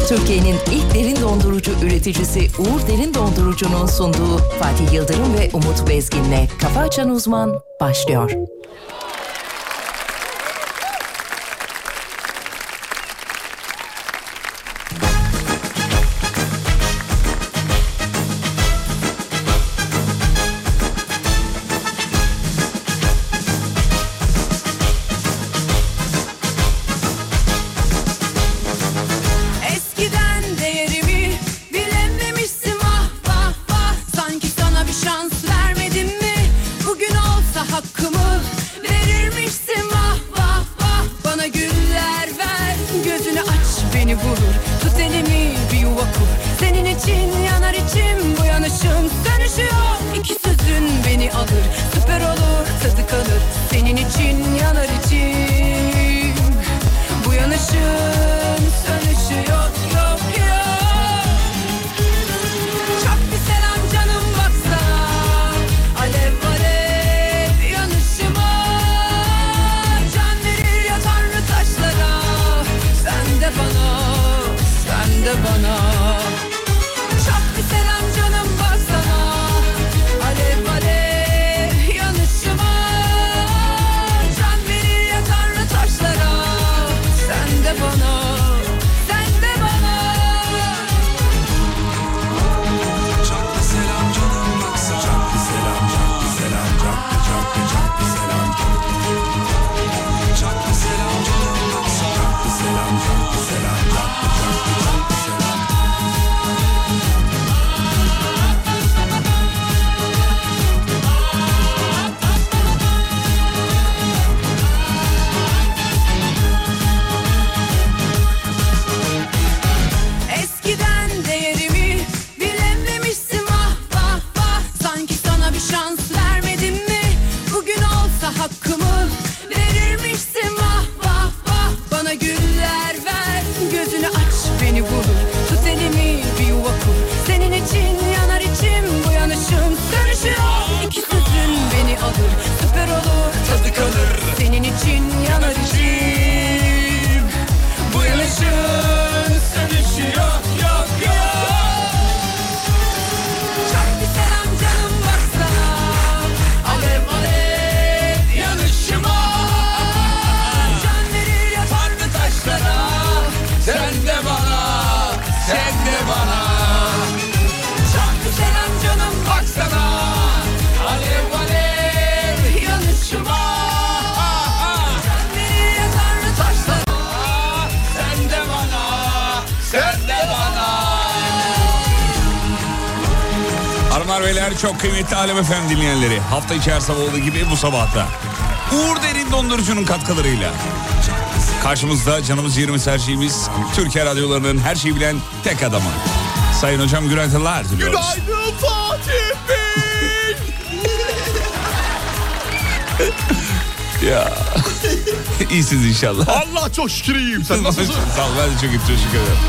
Türkiye'nin ilk derin dondurucu üreticisi Uğur Derin Dondurucu'nun sunduğu Fatih Yıldırım ve Umut Bezgin'le Kafa Açan Uzman başlıyor. Çok kıymetli Alem FM dinleyenleri, hafta içi her sabah olduğu gibi bu sabahta Uğur Derin Dondurucu'nun katkılarıyla karşımızda canımız yerimiz her şeyimiz Türkiye radyolarının her şeyi bilen tek adamı Sayın Hocam günaydınlar diliyoruz. Günaydın Fatih Bey. Ya iyisiniz inşallah. Allah çok şükür iyiyim, sen nasılsın? Sağ ol, ben de çok iyiyim, teşekkür ederim.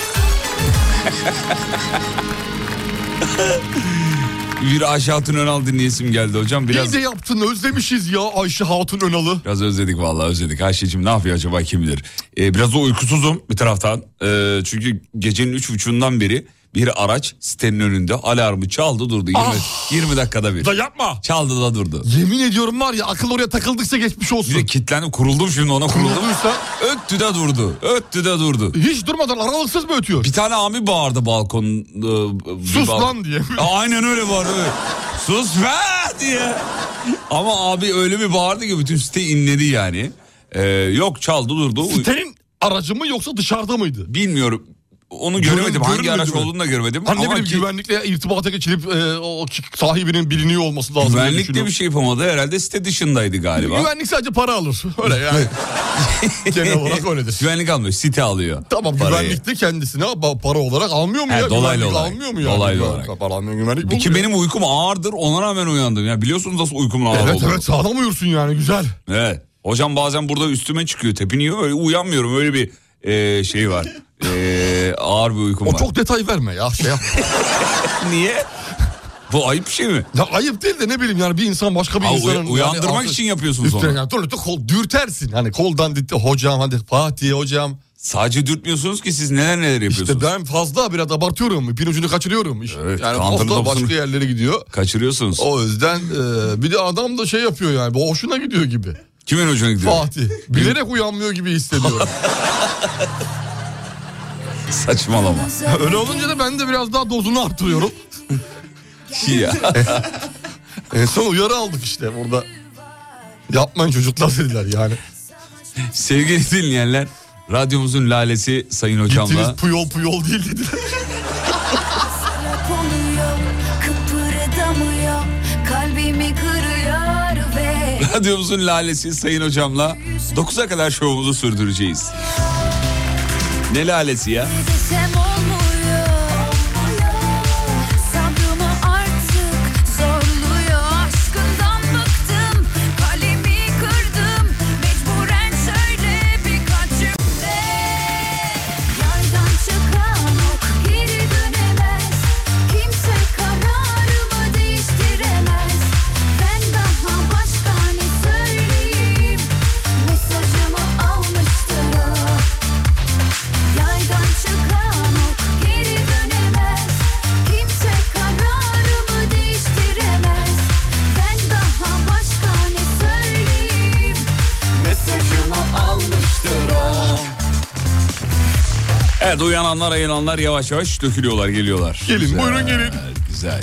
Bir Ayşe Hatun Önal dinleyesim geldi hocam. Biraz... İyi de yaptın, özlemişiz ya Ayşe Hatun Önal'ı. Biraz özledik vallahi, özledik. Ayşe'cim ne yapıyor acaba, kim bilir. Biraz da uykusuzum bir taraftan. Çünkü gecenin 3.30'undan beri bir araç sitenin önünde alarmı çaldı durdu. 20 dakikada bir. Da yapma. Çaldı da durdu. Yemin ediyorum var ya, akıl oraya takıldıkça geçmiş olsun. Bir de kilitlendim, kuruldum şimdi ona, kuruldum. Öttü de durdu. Öttü de durdu. Hiç durmadan aralıksız mı ötüyor? Bir tane abi bağırdı balkonun. Sus lan diye. Aynen öyle bağırdı. Sus be diye. Ama abi öyle bir bağırdı ki bütün site inledi yani. Yok, çaldı durdu. Sitenin aracı mı yoksa dışarıda mıydı? Bilmiyorum. Onu göremedim. Hangi araç olduğunu da göremedim. Hani ne bileyim, güvenlikle irtibata geçilip o sahibinin biliniyor olması lazım. Güvenlik de bir şey yapamadı. Herhalde site dışındaydı galiba. Güvenlik sadece para alır. Öyle yani. Genel olarak öyledir. Güvenlik almıyor. Site alıyor. Tamam, güvenlik de kendisine para olarak almıyor mu ya? Dolaylı olarak. Almıyor mu ya? Dolaylı olarak. Para almıyor güvenlik. Ki benim uykum ağırdır. Ona rağmen uyandım. Ya biliyorsunuz nasıl uykumun ağır olduğunu. Evet, sağlam uyursun yani, güzel. Evet. Hocam bazen burada üstüme çıkıyor, tepiniyor. Öyle uyanmıyorum. Öyle bir şey var. Ağır bir uykum var. O çok detay verme ya, şey yap. Niye? Bu ayıp bir şey mi? Ya ayıp değil de ne bileyim yani, bir insan başka bir insanın... Uyandırmak için yapıyorsun sonra. Yani, kol dürtersin hani, koldan hocam, hadi Fatih hocam Sadece dürtmüyorsunuz ki siz neler yapıyorsunuz. İşte ben fazla biraz abartıyorum. İpin ucunu kaçırıyorum. Evet, yani tantırın fazla topusunu başka yerlere gidiyor. Kaçırıyorsunuz. O yüzden bir de adam da şey yapıyor yani. Bu hoşuna gidiyor gibi. Kimin hoşuna gidiyor? Fatih. Bilerek uyanmıyor gibi hissediyorum. Saçmalama. Öyle olunca da ben de biraz daha dozunu arttırıyorum. Ya. En son uyarı aldık işte burada. Yapmayın çocuklar dediler yani. Sevgili dinleyenler, radyomuzun lalesi Sayın Hocam'la. Gittiniz puyol puyol değil dediler. Radyomuzun lalesi Sayın Hocam'la 9'a kadar şovumuzu sürdüreceğiz. Ne lalesi ya? Evet, uyananlar ayılanlar yavaş yavaş dökülüyorlar, geliyorlar. Gelin güzel, buyurun gelin. Güzel.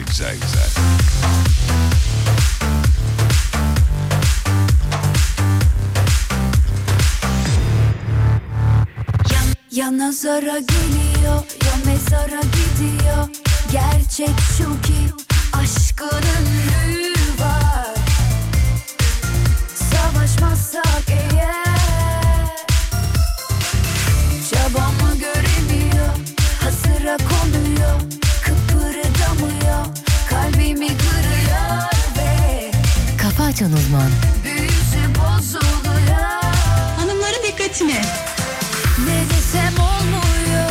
Ya nazara geliyor ya mezara gidiyor. Gerçek şu ki aşkın ünlü var. Savaşmazsak eğer çabamı göremiyor, hasıra konuyor, kıpırdamıyor, kalbimi kırıyor ve Kafa Açan Uzman. büyüsü bozuluyor. Hanımların dikkatine. Ne desem olmuyor,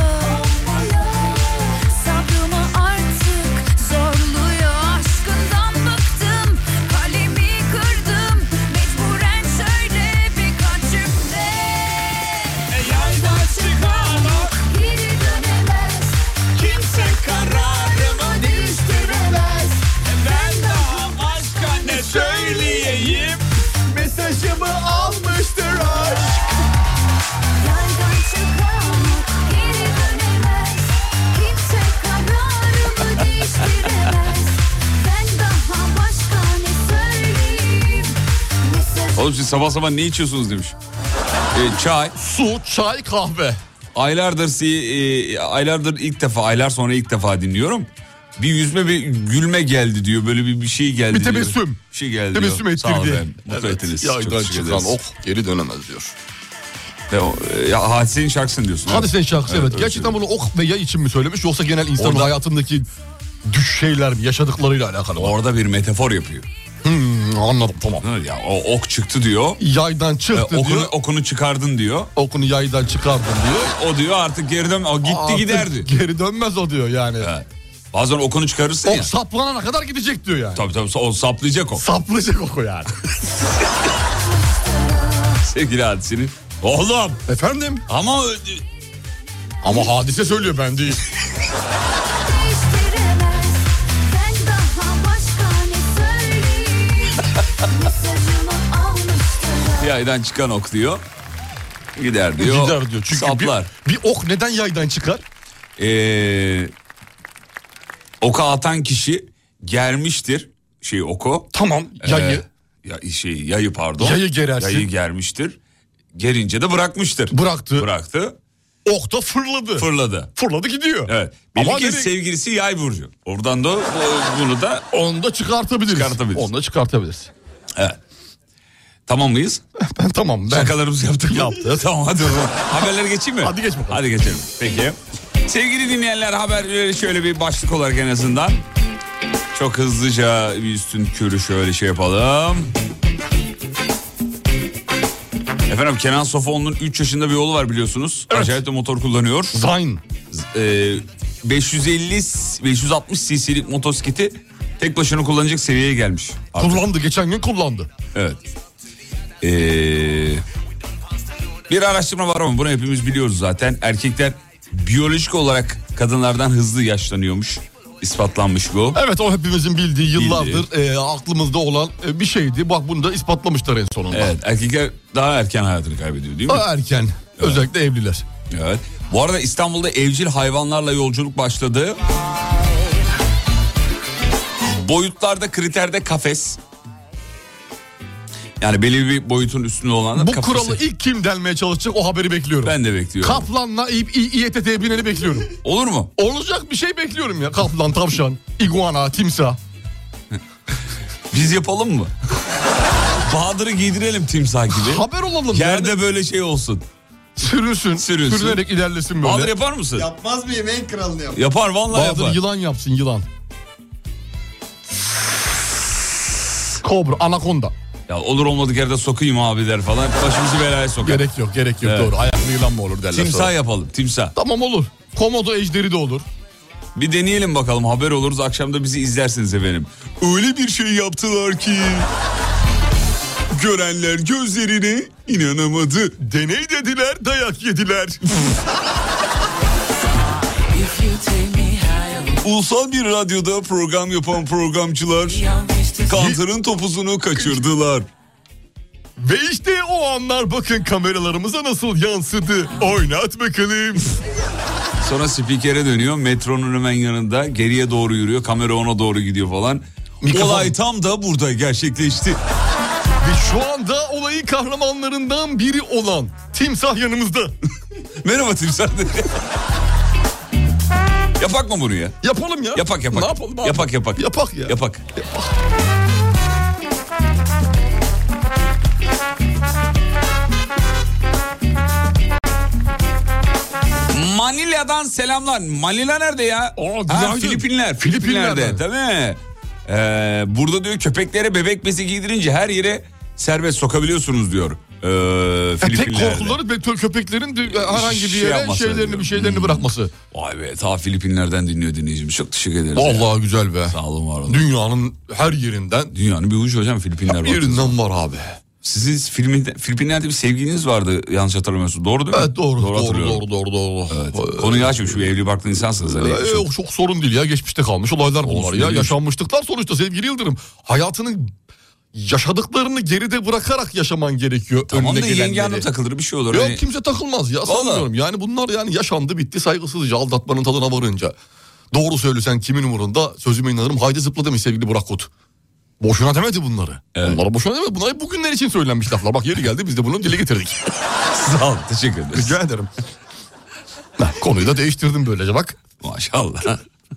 sabrımı artık zorluyor. Aşkından bıktım, kalemi kırdım, mecburen söyle birkaç cümle. Yaydan çıkan ok geri dönemez, kimse kararımı değiştiremez. Ben daha başka ne söyleyeyim, Mesajımı almıştır aşk. yaydan çıkan ok geri dönemez, kimse kararımı değiştiremez. Ben daha başka ne söyleyeyim, Oğlum siz sabah sabah ne içiyorsunuz demiş. Çay. Su, çay, kahve. Aylardır aylar sonra ilk defa dinliyorum. Bir yüzme bir gülme geldi diyor. Böyle bir şey geldi Bir tebessüm. diyor. Bir şey geldi Tebessüm diyor. Sağ olun ettirdi. efendim. Mutlu ettiniz. Çok Yaydan teşekkür çıkan ederiz. ok geri dönemez diyor. Ya Hadise'nin şarkısını diyorsun. Hadi sen şarkısı evet. öyle Gerçekten bunu ok ve yay için mi söylemiş yoksa genel insanın Orada- hayatındaki düş şeyler mi, yaşadıklarıyla alakalı mı? Orada bir metafor yapıyor. Anladım tamam. Ya o ok çıktı diyor. Yaydan çıktı diyor. Okunu çıkardın diyor. Okunu yaydan çıkardın diyor. O diyor artık geri dön. O gitti Artık giderdi. Geri dönmez o diyor yani. Evet. Bazen okunu çıkarırsın Ok ya. saplanana kadar gidecek diyor yani. Tabii o saplayacak o. Saplayacak oku yani. Sevgili Hadise'nin. Oğlum Efendim? ama Ama Hadise söylüyor ben değil. değiştiremez. Ben daha başka ne söyleyeyim, mesajımı almıştır. yaydan çıkan ok diyor. Gider diyor. Gider diyor. Çünkü saplar. bir ok neden yaydan çıkar? Oka atan kişi germiştir oku. Tamam yayı. Yayı pardon. Yayı gerersin. Yayı germiştir. Gerince de bırakmıştır. Bıraktı. Ok da fırladı. Fırladı gidiyor. Evet. Ama Belli ki nereye- sevgilisi Yay burcu. Oradan da bunu da Onu da çıkartabiliriz. Onu da çıkartabiliriz. evet. Tamam mıyız? Ben tamam. Şakalarımızı yaptık mı? Yaptık. Tamam hadi o zaman. Haberlere geçeyim mi? Hadi geç bakalım. Hadi geçelim. Peki. Sevgili dinleyenler, haberleri şöyle bir başlık olarak en azından. Çok hızlıca bir üstün körü şöyle yapalım. Efendim Kenan Sofoğlu'nun 3 yaşında bir oğlu var biliyorsunuz. Evet. Acayip de motor kullanıyor. Zayn. 560 cc'lik motosikleti tek başına kullanacak seviyeye gelmiş. Artık. Kullandı. Geçen gün kullandı. Evet. Bir araştırma var ama bunu hepimiz biliyoruz zaten. Erkekler biyolojik olarak kadınlardan hızlı yaşlanıyormuş. İspatlanmış bu. Evet, o hepimizin bildiği yıllardır aklımızda olan bir şeydi. Bak bunu da ispatlamışlar en sonunda. Evet, erkekler daha erken hayatını kaybediyor değil mi? Daha erken. Evet. Özellikle evliler. Evet. Bu arada İstanbul'da evcil hayvanlarla yolculuk başladı. Boyutlarda, kriterde kafes. Yani belli bir boyutun üstünde olanlar Bu kafese. kuralı ilk kim delmeye çalışacak, o haberi bekliyorum. Ben de bekliyorum. Kaplanla İETT'ye bineni bekliyorum. Olur mu? Olacak bir şey bekliyorum ya. Kaplan, tavşan, iguana, timsah. Biz yapalım mı? Bahadır'ı giydirelim timsah gibi. Haber olalım. Yerde yani. böyle şey olsun. Sürünsün. Sürünerek ilerlesin böyle. Bahadır yapar mısın? Yapmaz mıyım, en kralını yap. Yapar vallahi Bahadır yapar. yılan yapsın, yılan. Kobra, anakonda. Ya olur olmadık yerde sokayım abi der falan. Başımızı belaya sokar. Gerek yok Evet. doğru. Ayaklı yılan mı olur derler Timsah sonra. yapalım, timsah. Tamam, olur. Komodo ejderi de olur. Bir deneyelim bakalım, haber oluruz, akşam da bizi izlersiniz efendim. Öyle bir şey yaptılar ki görenler gözlerine inanamadı. Deney dediler, dayak yediler. Ulusal bir radyoda program yapan programcılar Kantar'ın topuzunu kaçırdılar. Ve işte o anlar bakın kameralarımıza nasıl yansıdı. Oynat bakalım. Sonra spikere dönüyor, metronun hemen yanında geriye doğru yürüyor, kamera ona doğru gidiyor falan. Mikrofon. Olay tam da burada gerçekleşti. Ve şu anda olayın kahramanlarından biri olan timsah yanımızda. Merhaba timsah. Yapak mı bunu ya? Yapalım ya. Yapak. Ne yapalım abi? Yapak. Yapak ya. Yapak. Manila'dan selamlar. Manila nerede ya? günaydın. Filipinler. Filipinler'de. Tabii. Burada diyor köpeklere bebek bezi giydirince her yere serbest sokabiliyorsunuz diyor. Tek Filipinler'de. korkuları herhangi bir Şey yere yapması diyor. bir şeylerini bırakması. Vay be, ta Filipinlerden dinliyor dinleyicimiz. Çok teşekkür ederiz. Vallahi güzel be. Sağ olun, var olun. Dünyanın her yerinden. Dünyanın bir ucu hocam Filipinler. Bir yerinden var abi. Sizin Filipinler'de bir sevgiliniz vardı yanlış hatırlamıyorsun. Doğru değil mi? Evet doğru. hatırlıyorum. Doğru. Evet. Konuyu açmış, bir evli barklı insansınız. Hani. Çok sorun değil ya, geçmişte kalmış olaylar bunlar Olsun, ya. değil. Yaşanmışlıklar sonuçta sevgili Yıldırım. Hayatının yaşadıklarını geride bırakarak yaşaman gerekiyor. Tamam da önüne yenge hanım gelenleri. takılır, bir şey olur. Yok Hani... kimse takılmaz ya, sanmıyorum. Yani bunlar yani yaşandı bitti, saygısızca aldatmanın tadına varınca. Doğru söylesen kimin umurunda, sözüme inanırım, haydi zıpla demiş sevgili Burak Kut. Boşuna demedi bunları. Evet. Bunlara boşuna demedi. Bunlar bugünler için söylenmiş laflar. Bak yeri geldi, biz de bunu dile getirdik. Sağ ol, teşekkür ederiz. Rica ederim. Konuyu da değiştirdim böylece bak. Maşallah.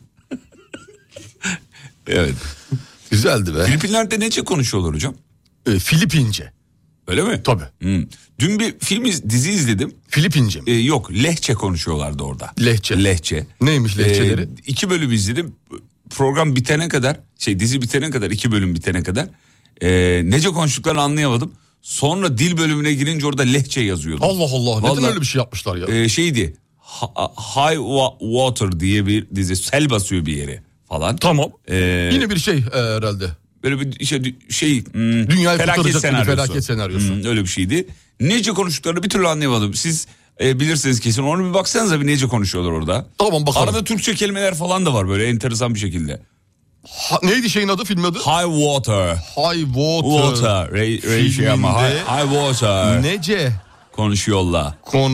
Evet. Güzeldi be. Filipinler'de nece konuşuyorlar hocam? Filipince. Öyle mi? Tabii. Dün bir dizi izledim. Filipince mi? Yok, lehçe konuşuyorlardı orada. Lehçe. Neymiş lehçeleri? 2 bölüm izledim. Program bitene kadar, dizi bitene kadar, 2 bölüm bitene kadar nece konuştuklarını anlayamadım. Sonra dil bölümüne girince orada lehçe yazıyordu. Allah Allah. Neden Vallahi, öyle bir şey yapmışlar ya? Şeydi. High Water diye bir dizi. Sel basıyor bir yere falan. Tamam. Yine bir şey herhalde. Böyle bir Dünyayı felaket kurtaracak bir felaket senaryosu. Öyle bir şeydi. Nece konuştuklarını bir türlü anlayamadım. Siz bilirsiniz kesin. Onu bir baksanıza, bir nece konuşuyorlar orada. Tamam, bakalım. Arada Türkçe kelimeler falan da var böyle enteresan bir şekilde. Neydi şeyin adı, filmin adı? High Water. High Water. High Water. Nece? Konuşuyorlar.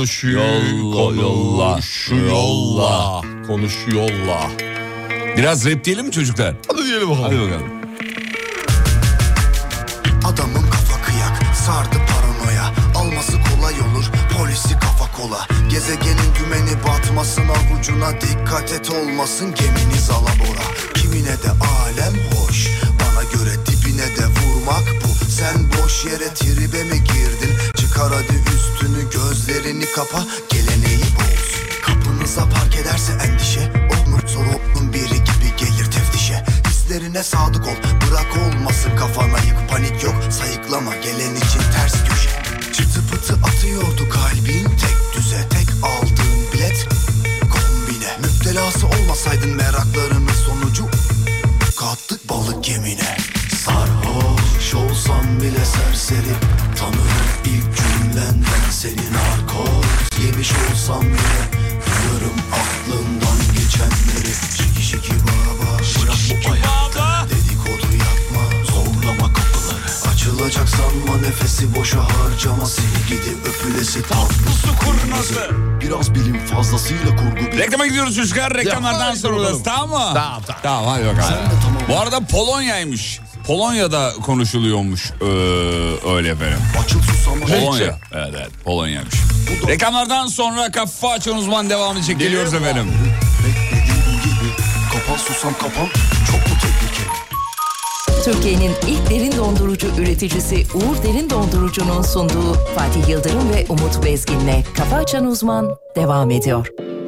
Konuşuyorlar. Biraz rap diyelim mi çocuklar? Hadi diyelim bakalım. Hadi bakalım. Adamın kafa kıyak, sardı paranoya. Alması kolay olur, polisi kafa kola. Gezegenin dümeni batmasın avucuna. Dikkat et olmasın geminiz alabora. Kimine de alem hoş, bana göre dibine de vurmak bu. Sen boş yere tribe mi girdin? Çıkar hadi üstünü, gözlerini kapa, geleneği boz. Kapınıza park ederse endişe, olur sorunun biri gibi gelir teftişe. Hislerine sadık ol, bırak olmasın kafana yık. Panik yok, sayıklama, gelen için ters köşe. Çıtı pıtı atıyordu kalbin, tek düze, tek aldığın bilet kombine. Müptelası olmasaydın meraklarının sonucu, kattık balık gemine. Sarhoş olsam bile serseri, tanırım ilk cümlenden senin Nefesi boşa harcama, sevgidi öpülesi tatlısı kurnazı. Biraz bilim fazlasıyla kurgu. Reklama gidiyoruz çocuklar. Reklamlardan sonra tamam mı? Tamam hadi bakalım. Bu arada Polonya'ymış. Polonya'da konuşuluyormuş öyle efendim. Polonya. Evet Polonya'ymış. Reklamlardan sonra Kafa Açan Uzman devam edecek. Geliyoruz efendim. Beklediğim gibi kapan susam kapan, çok mu tehlikeli? Türkiye'nin ilk derin dondurucu üreticisi Uğur Derin Dondurucu'nun sunduğu Fatih Yıldırım ve Umut Bezgin'le Kafa Açan Uzman devam ediyor.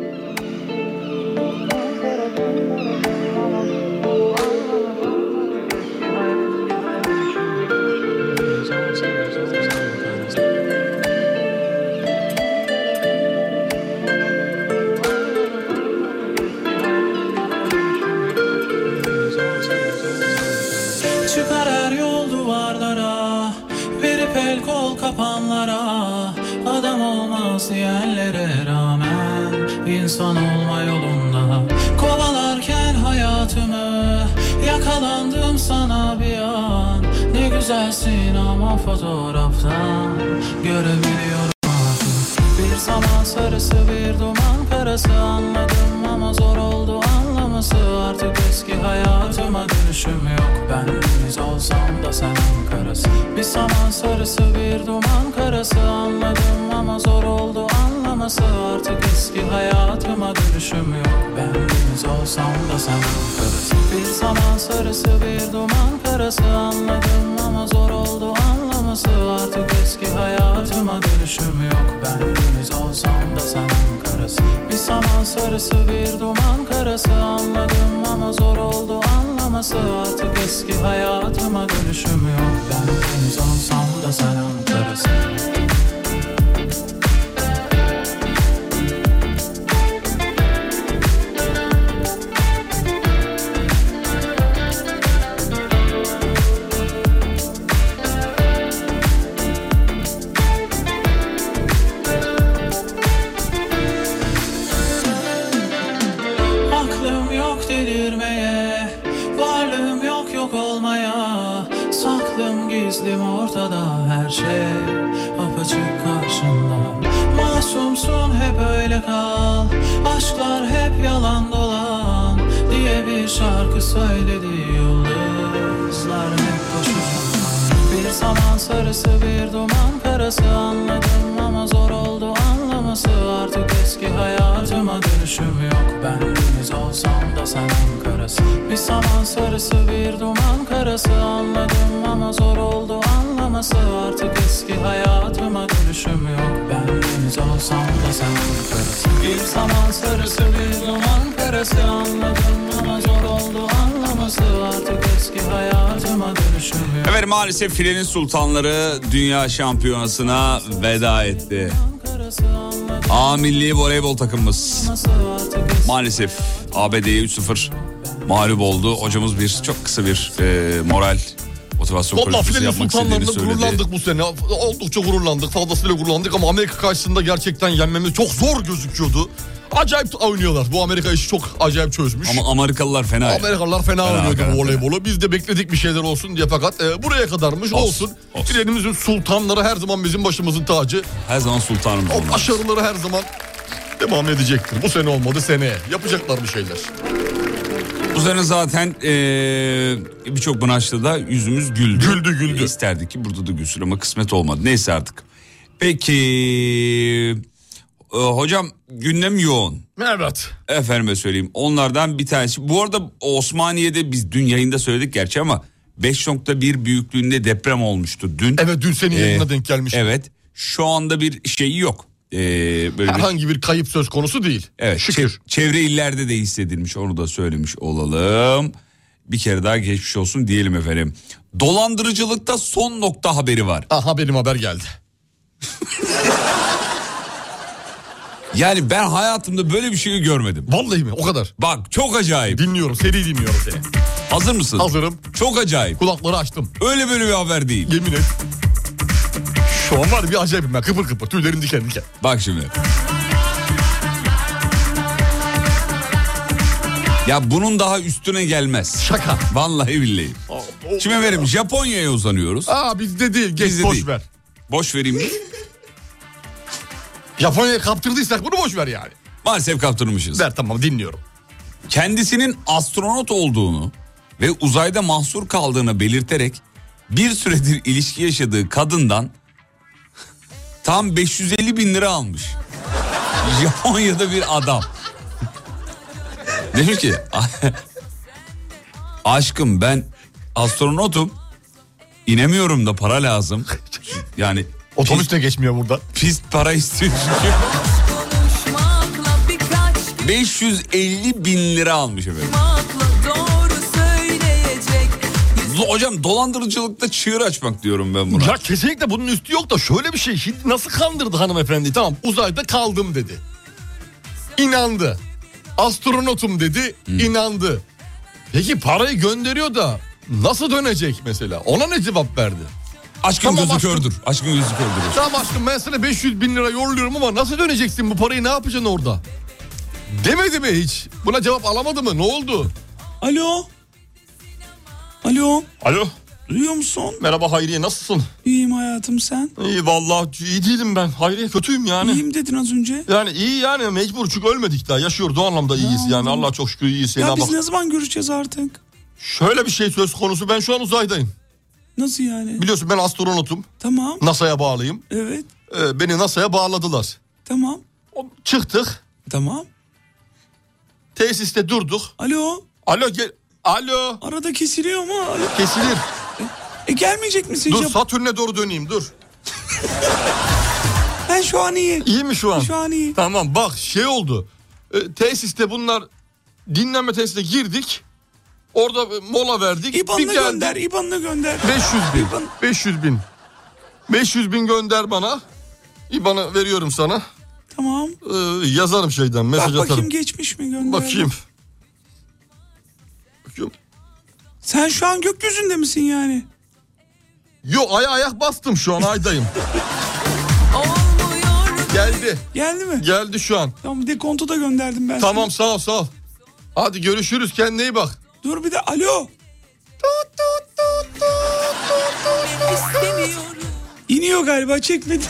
Çıkar her yol duvarlara, verip el kol kapanlara. Adam olmaz diyenlere rağmen insan olma yolunda. Kovalarken hayatımı yakalandım sana bir an. Ne güzelsin ama fotoğraftan görebiliyorum artık. Bir zaman sarısı bir duman karası, anladım ama zor oldu anlaması. Artık eski hayatıma dönüşüm yok. Ben deniz olsam da sen karası. Bir zaman sarısı bir duman karası, anladım ama zor oldu anlaması. Artık eski hayatıma dönüşüm yok. Ben deniz olsam da sen karası. Bir zaman sarısı bir duman karası, anladım ama zor oldu anlaması. Artık eski hayatıma dönüşüm yok. Ben deniz olsam da sen karası. Bir zaman sarısı bir duman karası, anladım ama zor oldu anlaması. Artık eski hayatıma dönüşüm yok. Ben deniz olsam da sen karası. Gizlim ortada, her şey apaçık karşında. Masumsun hep öyle kal, aşklar hep yalan dolan diye bir şarkı söyledi yıldızlar hep boşuna. Bir zaman sarısı bir duman karası, anladım ama zor oldu anlaması. Artık eski hayatıma dönüşüm yok. Ben deniz olsam da sen karası. Bir zaman sarısı bir duman karası, anladım ama zor oldu anlaması. Artık eski hayatıma dönüşüm yok. Ben deniz olsam da sen karası. Bir zaman sarısı bir duman karası, anladım ama zor oldu anlaması. Artık eski hayatıma dönüşüm yok. Evet maalesef filenin sultanları dünya şampiyonasına veda etti. A milli voleybol takımımız maalesef ABD'ye 3-0 mağlup oldu. Hocamız çok kısa bir moral motivasyon konuşması yapmak istediğini söyledi. Gururlandık bu sene. Oldukça gururlandık. Fazlasıyla gururlandık ama Amerika karşısında gerçekten yenmemiz çok zor gözüküyordu. Acayip oynuyorlar. Bu Amerika işi çok acayip çözmüş. Ama Amerikalılar fena. Amerikalılar fena oynuyordu bu voleybolu. Biz de bekledik bir şeyler olsun diye fakat buraya kadarmış olsun. Filerimizin sultanları her zaman bizim başımızın tacı. Her zaman sultanımız. O başarıları her zaman devam edecektir. Bu sene olmadı seneye. Yapacaklar bir şeyler. Bu sene zaten birçok branşta da yüzümüz güldü. Güldü. İsterdik ki burada da gülsün ama kısmet olmadı. Neyse artık. Peki hocam gündem yoğun. Evet. Efendime söyleyeyim. Onlardan bir tanesi. Bu arada Osmaniye'de biz dün yayında söyledik gerçi ama 5.1 büyüklüğünde deprem olmuştu dün. Evet dün senin yayına denk gelmiş. Evet. Şu anda bir şeyi yok. Böyle herhangi bir kayıp söz konusu değil. Evet. Şükür. Çevre illerde de hissedilmiş. Onu da söylemiş olalım. Bir kere daha geçmiş olsun diyelim efendim. Dolandırıcılıkta son nokta haberi var. Benim haber geldi. Yani ben hayatımda böyle bir şeyi görmedim. Vallahi mi? O kadar. Bak çok acayip. Dinliyorum, seri dinliyorum seni. Hazır mısın? Hazırım. Çok acayip. Kulakları açtım. Öyle böyle bir haber değil. Yemin et. Şu an var bir acayipim ben. Kıpır kıpır. Tüylerim diken diken. Bak şimdi. Ya bunun daha üstüne gelmez. Şaka. Vallahi billahi. Şimdi efendim Japonya'ya uzanıyoruz. Bizde değil. Geç boş ver. Boş vereyim mi? Japonya'ya kaptırdıysak bunu boş ver yani. Maalesef kaptırmışız. Ver tamam dinliyorum. Kendisinin astronot olduğunu ve uzayda mahsur kaldığını belirterek bir süredir ilişki yaşadığı kadından tam 550 bin lira almış. Japonya'da bir adam. Demiş ki aşkım ben astronotum, inemiyorum da para lazım. Yani otobüs de geçmiyor burada. Pist para istiyor çünkü. 550 bin lira almış efendim. Hocam dolandırıcılıkta çığır açmak diyorum ben buna. Ya kesinlikle bunun üstü yok da şöyle bir şey. Şimdi nasıl kandırdı hanımefendi? Tamam uzayda kaldım dedi. İnandı. Astronotum dedi. İnandı. Peki parayı gönderiyor da nasıl dönecek mesela? Ona ne cevap verdi? Aşkın tamam, gözü kördür. Aşkın gözü kördür. Tamam aşkım ben sana 500 bin lira yolluyorum ama nasıl döneceksin bu parayı, ne yapacaksın orada? Demedi mi hiç? Buna cevap alamadı mı? Ne oldu? Alo. Alo. Alo. Duyuyor musun? Merhaba Hayriye, nasılsın? İyiyim hayatım, sen? İyi vallahi iyi değilim ben. Hayriye kötüyüm yani. İyiyim dedin az önce. Yani iyi yani mecbur çünkü ölmedik daha. Yaşıyoruz, o anlamda iyiyiz yani. Allah çok şükür iyiyiz. Ya biz ne zaman görüşeceğiz artık? Şöyle bir şey söz konusu, ben şu an uzaydayım. Nasıl yani? Biliyorsun ben astronotum. Tamam. NASA'ya bağlıyım. Evet. Beni NASA'ya bağladılar. Tamam. Çıktık. Tamam. Tesiste durduk. Alo. Alo gel. Alo. Arada kesiliyor mu? Alo. Kesilir. Gelmeyecek misin? Dur Satürn'e doğru döneyim dur. Ben şu an iyi. İyi mi şu an? Şu an iyi. Tamam bak şey oldu. Tesiste bunlar dinlenme tesisine girdik. Orada mola verdik. İBAN'ını gönder. İBAN'ını gönder. 500 bin. İBAN. 500 bin. 500 bin gönder bana. İBAN'ı veriyorum sana. Tamam. Yazarım şeyden mesaj atarım. Bakayım geçmiş mi gönder. Bakayım. Sen şu an gökyüzünde misin yani? Yok ayak bastım şu an aydayım. Geldi. Geldi mi? Geldi şu an. Tamam dekontu da gönderdim ben Tamam sana. sağ ol. Hadi görüşürüz, kendine iyi bak. Dur bir de alo. İniyor galiba, çekmedi.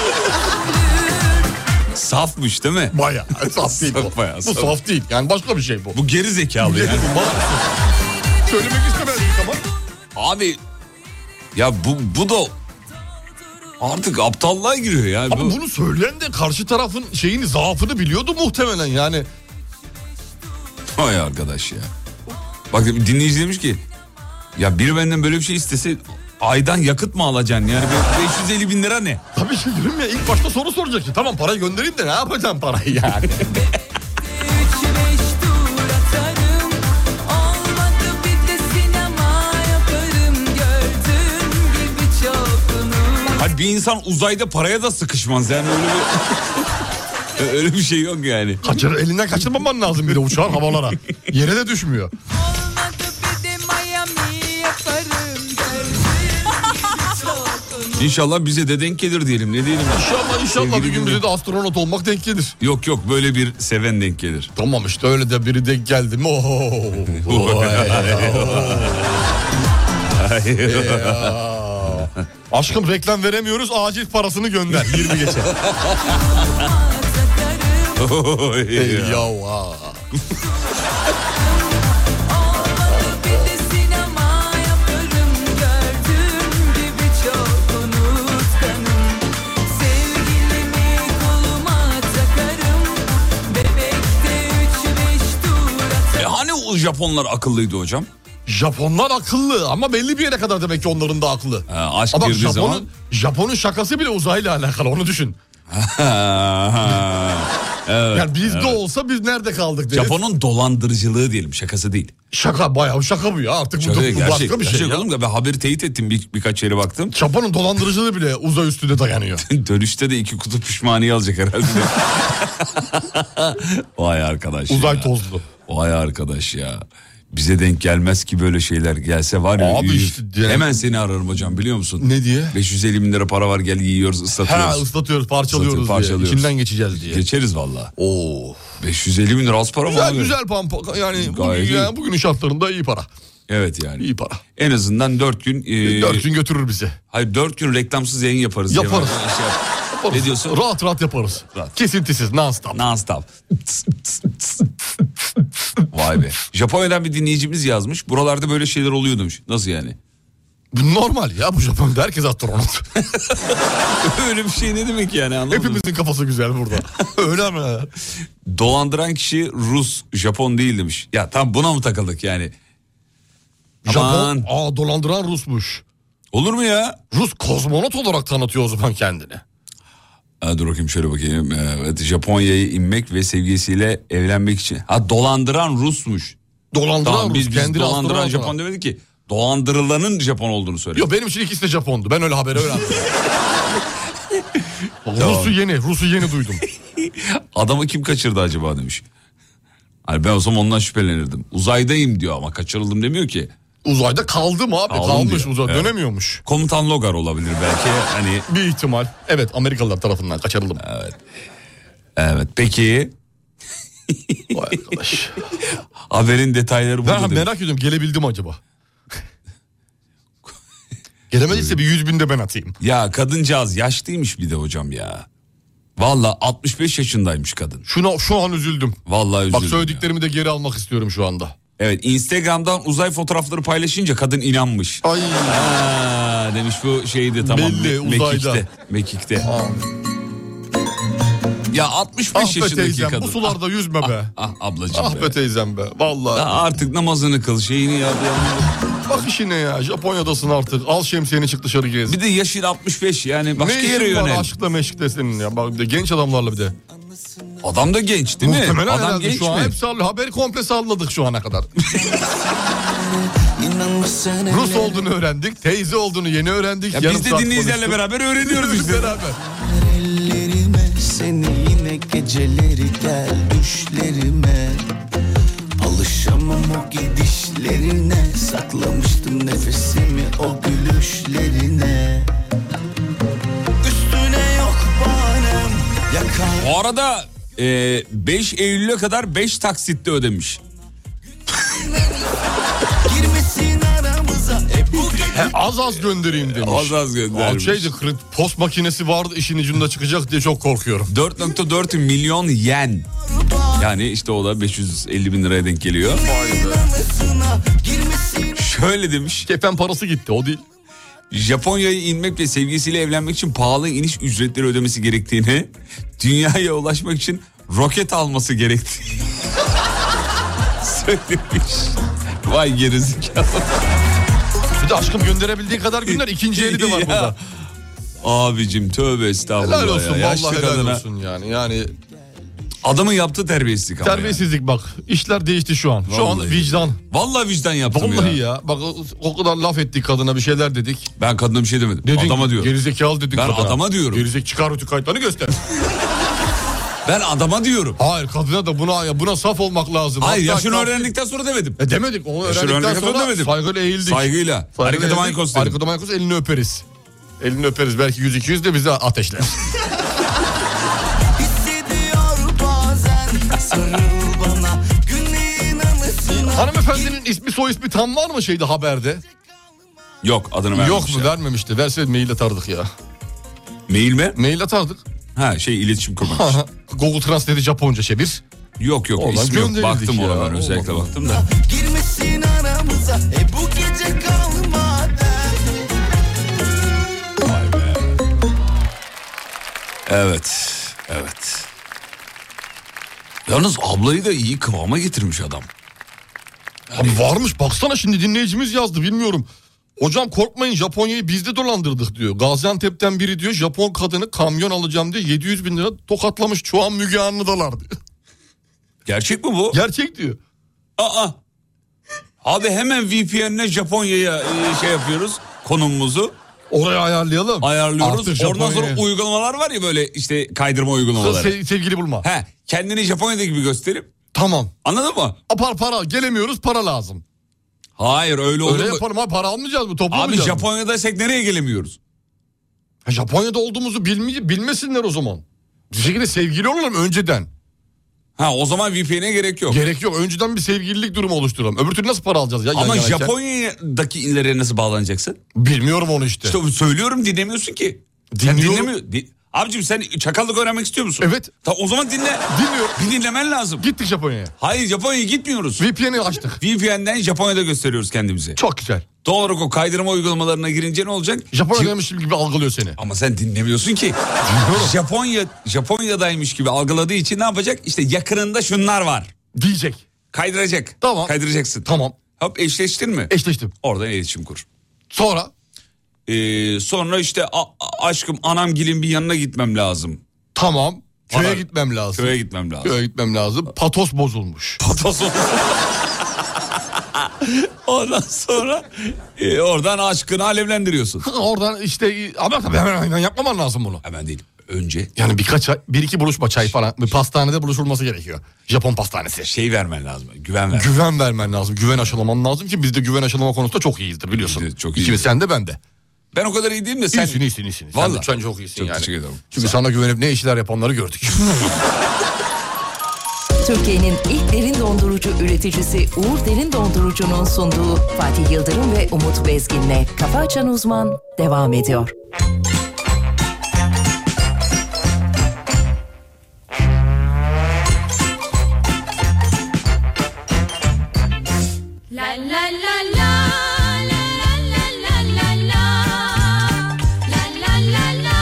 Safmış değil mi? Bayağı saf değil bu. Bayağı Bu saf. saf değil yani, başka bir şey bu. Bu geri zekalı yani. Söylemek istemezdik ama. Abi ya bu da artık aptallığa giriyor yani. Ama bunu söyleyen de karşı tarafın şeyini, zaafını biliyordu muhtemelen yani. Vay arkadaş ya. Bak dinleyici demiş ki ya biri benden böyle bir şey istese aydan yakıt mı alacaksın yani 550 bin lira ne? Tabii şey diyorum ya, ilk başta soru soracaksın. Tamam parayı göndereyim de ne yapacağım parayı yani. Hadi bir insan uzayda paraya da sıkışmaz yani öyle bir şey yok yani. Elinden kaçırmaman lazım bir de uçağın havalara. Yere de düşmüyor. İnşallah bize de denk gelir diyelim, ne diyelim. İnşallah bir gün bize de astronot olmak denk gelir. Yok böyle bir seven denk gelir. Tamam işte öyle de biri denk geldi mi? Aşkım reklam veremiyoruz, acil parasını gönder 20 geçe. Eyvallah. Hani o Japonlar akıllıydı hocam? Japonlar akıllı ama belli bir yere kadar demek ki onların da aklı. Aşk ama girdiği zaman... Japon'un şakası bile uzayla alakalı, onu düşün. Evet, yani bizde olsa biz nerede kaldık deriz. Japon'un dolandırıcılığı diyelim, şakası değil. Şaka, bayağı şaka bu ya artık. Şaka, bu gerçek, başka bir şey ya. Oğlum, ben haberi teyit ettim, birkaç yere baktım. Japon'un dolandırıcılığı bile uzay üstüne dayanıyor. Dönüşte de 2 kutu pişmaniye alacak herhalde. Vay arkadaş Uzay ya. tozlu. Vay arkadaş ya. Bize denk gelmez ki böyle şeyler, gelse var ya. Abi işte yani... Hemen seni ararım hocam, biliyor musun? Ne diye? 550 bin lira para var, gel yiyoruz, ıslatıyoruz. Ha, ıslatıyoruz, parçalıyoruz diye. İçinden geçeceğiz diye. Geçeriz valla. Oo. 550 bin lira az para mı abi? Güzel pampa yani bugünün şartlarında iyi para. Evet yani. İyi para. En azından 4 gün. 4 gün götürür bizi. Hayır, 4 gün reklamsız yayın yaparız. Yaparız. Ne diyorsun? Rahat rahat yaparız. Rahat. Kesintisiz, non-stop. Non-stop. Vay be. Japonya'dan bir dinleyicimiz yazmış. Buralarda böyle şeyler oluyor demiş. Nasıl yani? Normal ya, bu Japonya'da herkes astronot. Öyle bir şey ne demek yani, anladın mı? Hepimizin kafası güzel burada. Öyle mi? Dolandıran kişi Rus, Japon değil demiş. Ya tam buna mı takıldık yani? Aman. Japon, dolandıran Rusmuş. Olur mu ya? Rus kozmonot olarak tanıtıyor o zaman kendini. Dur bakayım, şöyle bakayım. Evet, Japonya'ya inmek ve sevgilisiyle evlenmek için. Dolandıran Rusmuş. Dolandıran tamam, Rus. Biz dolandıran Japon demedik ki. Dolandırılanın Japon olduğunu söyledi. Yok, benim için ikisi de Japondu. Ben öyle haberi öğrendim. Rus'u yeni duydum. Adamı kim kaçırdı acaba demiş. Hani ben o zaman ondan şüphelenirdim. Uzaydayım diyor ama kaçırıldım demiyor ki. Uzayda kaldım abi. Kalmış uzayda, evet. Dönemiyormuş. Komutan Logar olabilir belki. Hani bir ihtimal. Evet, Amerikalılar tarafından kaçırıldım. Evet. Peki. Vay arkadaş. Haberin detayları burada. Ben merak ediyorum, gelebildim acaba? Gelemediyse bir 100 bin de ben atayım. Ya kadıncağız yaşlıymış bir de hocam ya. Valla 65 yaşındaymış kadın. Şu an üzüldüm. Vallahi üzüldüm. Bak, söylediklerimi de geri almak istiyorum şu anda. Evet, Instagram'dan uzay fotoğrafları paylaşınca kadın inanmış. Ay. Demiş bu şeydi, tamam. Belli, uzayda. Mekik'te. Ya 65 yaşındaki teyzem, kadın. Bu sularda yüzme be. Ablacığım be teyzem be. Vallahi. Artık namazını kıl, şeyini yap. Bak işine ya, Japonya'dasın artık. Al şemsiyeni, çık dışarı gez. Bir de yaşın 65 yani, başka yere yönel. Ne işin var aşkla meşkle senin ya. Bak bir de genç adamlarla bir de. Adam da genç değil mi? Muhtemelen adam genç şu an mi? hep haberi komple salladık şu ana kadar. Rus olduğunu öğrendik, teyze olduğunu yeni öğrendik. Ya biz de dinleyicilerle beraber öğreniyoruz işte. Beraber. Ellerime seni, yine geceleri gel düşlerime. Alışamam o gidişlerine, saklamıştım nefesimi o gülüşlerine. Üstüne yok banem yakar. Bu arada 5 Eylül'e kadar 5 taksitte ödemiş. Girmesin aramıza. Az göndereyim demiş. Az göndermiş. Post makinesi vardı işin ucunda çıkacak diye çok korkuyorum. 4.4 milyon yen. Yani işte o da 550 bin liraya denk geliyor. Şöyle demiş. Kefen parası gitti, o değil. Japonya'ya inmek ve sevgilisiyle evlenmek için pahalı iniş ücretleri ödemesi gerektiğini, dünyaya ulaşmak için roket alması gerektiğini söylemiş. Vay gerizekalı. Bir de aşkım gönderebildiği kadar gönder, ikinci eli de var burada. Abicim tövbe estağfurullah. Helal olsun ya. vallahi, helal olsun yani. Adamın yaptığı terbiyesizlik ama. Terbiyesizlik yani. Bak işler değişti şu an. Şu an vicdan. Vallahi vicdan yaptım vallahi ya. Bak o kadar laf ettik kadına, bir şeyler dedik. Ben kadına bir şey demedim. Dedin, adama diyorum. Gerizekalı dedik ben kadına. Ben adama diyorum. Gerizek, çıkar rütü kayıtlarını göster. Ben adama diyorum. Hayır, kadına da buna saf olmak lazım. Hayır, yaşını öğrendikten sonra demedim. Demedik, onu öğrendikten sonra demedim. Saygıyla eğildik. Saygıyla. Harekete maykos dedim. Harekete maykos, elini öperiz. Elini öperiz, belki 100-200 de bize ateşler. Hanımefendinin ismi, soy ismi tam var mı şeyde, haberde? Yok, adını vermemiş. Yok mu, vermemişti. Verseydi mail atardık ya. Mail mi? Mail atardık. İletişim kurmak. Google Translate'i Japonca çevir. Yok ismi yok. Baktım ya. ona, ben özellikle baktım da. Girmesin aramıza bu gece kalmadı. Vay be. Evet. Yalnız ablayı da iyi kıvama getirmiş adam. Abi varmış, baksana şimdi dinleyicimiz yazdı, bilmiyorum. Hocam korkmayın, Japonya'yı biz de dolandırdık diyor. Gaziantep'ten biri diyor, Japon kadını kamyon alacağım diye 700 bin lira tokatlamış. Şu an Müge Anlı'dalar diyor. Gerçek mi bu? Gerçek diyor. Abi hemen VPN'le Japonya'ya şey yapıyoruz, konumumuzu. Oraya ayarlıyoruz. Oradan sonra uygulamalar var ya, böyle işte kaydırma uygulamaları. Sevgili bulma. Kendini Japonya'da gibi gösterip Tamam. Anladın mı? Para gelemiyoruz, para lazım. Hayır öyle olur Öyle mu? yaparım abi, para almayacağız mı, Abi toplamayacağız mı? Japonya'daysak nereye gelemiyoruz? Japonya'da olduğumuzu bilmesinler o zaman. Bir şekilde sevgili olalım önceden. Ha o zaman VPN'e gerek yok. Gerek yok. Önceden bir sevgililik durumu oluşturalım. Öbür türlü nasıl para alacağız ya? Ama yan yanayken? Japonya'daki illere nasıl bağlanacaksın? Bilmiyorum onu işte. İşte söylüyorum, dinlemiyorsun ki. Dinliyorum. Abicim sen çakallık öğrenmek istiyor musun? Evet. O zaman dinle. Dinliyorum. Bir dinlemen lazım. Gittik Japonya'ya. Hayır, Japonya'ya gitmiyoruz. VPN'i açtık. VPN'den Japonya'da gösteriyoruz kendimizi. Çok güzel. Doğal olarak o kaydırma uygulamalarına girince ne olacak? Japonya'daymış gibi algılıyor seni. Ama sen dinlemiyorsun ki. Japonya'daymış gibi algıladığı için ne yapacak? İşte yakınında şunlar var. Diyecek. Kaydıracak. Tamam. Kaydıracaksın. Tamam. Hop, eşleştin mi? Eşleştim. Oradan iletişim kur. Sonra? Sonra işte aşkım anamgilin bir yanına gitmem lazım. Tamam. Köye gitmem lazım. Köye gitmem lazım. Köye gitmem lazım. Patos bozulmuş. Patos Ondan sonra oradan aşkını alevlendiriyorsun. Oradan işte ama tabii hemen yapmaman lazım bunu. Hemen değil. Önce. Yani bir iki buluşma, çay falan. Bir pastanede buluşulması gerekiyor. Japon pastanesi. Şey vermen lazım. Güven ver. Güven vermen lazım. Güven aşılaman lazım ki biz de güven aşılama konusunda çok iyiyizdir biliyorsun. Biz de çok iyiyiz. İkimiz, sen de ben de. Ben o kadar iyi değilim de sen... İyisin. Vallahi. Sen çok iyisin çok yani. teşekkür ederim. Çünkü sana güvenip ne işler yapanları gördük. Türkiye'nin ilk derin dondurucu üreticisi Uğur Derin Dondurucu'nun sunduğu Fatih Yıldırım ve Umut Bezgin'le Kafa Açan Uzman devam ediyor. La la la la la la la la la la la la la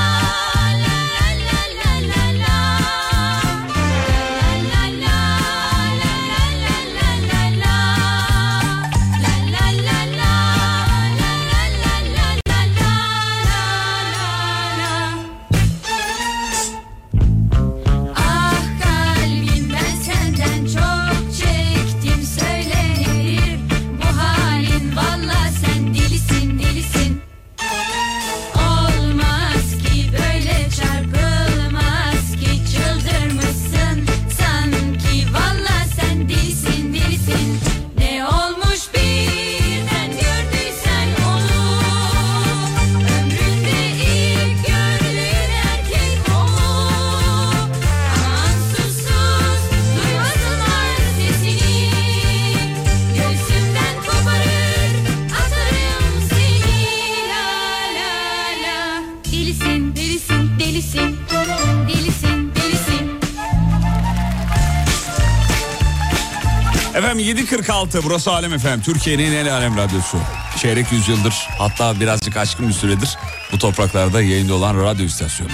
Efendim 7.46 burası Alem FM. Türkiye'nin en alem radyosu. Çeyrek yüzyıldır, hatta birazcık aşkın bir süredir bu topraklarda yayında olan radyo istasyonu.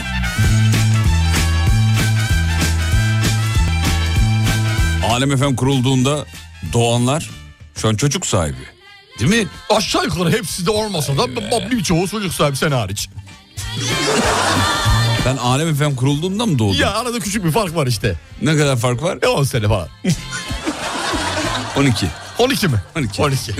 Alem FM kurulduğunda doğanlar şu an çocuk sahibi. Değil mi? Aşağı yukarı hepsi de olmasa da birçoğu çocuk sahibi, sen hariç. Ben Alem FM kurulduğunda mı doğdum? Ya arada küçük bir fark var işte. Ne kadar fark var? 10 sene falan. 12. 12 mi? 12. 12.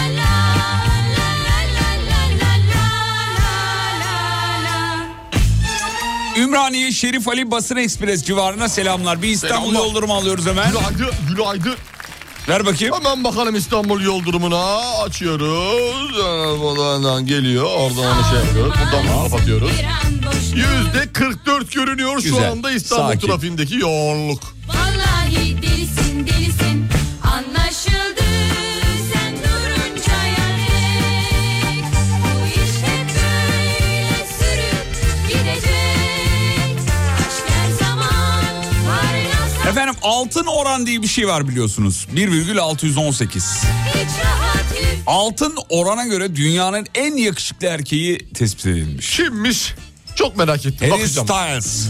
Ümraniye Şerif Ali Basın Ekspres civarına selamlar. Bir İstanbul yol durumu alıyoruz hemen. Günaydın. Ver bakayım. Hemen bakalım İstanbul yol durumuna. Açıyoruz. Buradan geliyor. Oradan şey yapıyoruz. Buradan kapatıyoruz. %44 görünüyor şu Güzel. anda İstanbul Sakin. trafiğindeki yoğunluk. Vallahi delisin delisin anlaşıldı sen durunca yani bu iş hep böyle sürüp gidecek aşk her zaman var. Efendim altın oran diye bir şey var biliyorsunuz. 1,618. Altın orana göre dünyanın en yakışıklı erkeği tespit edilmiş. Kimmiş? Çok merak ettim. Harry Bakacağım. Styles.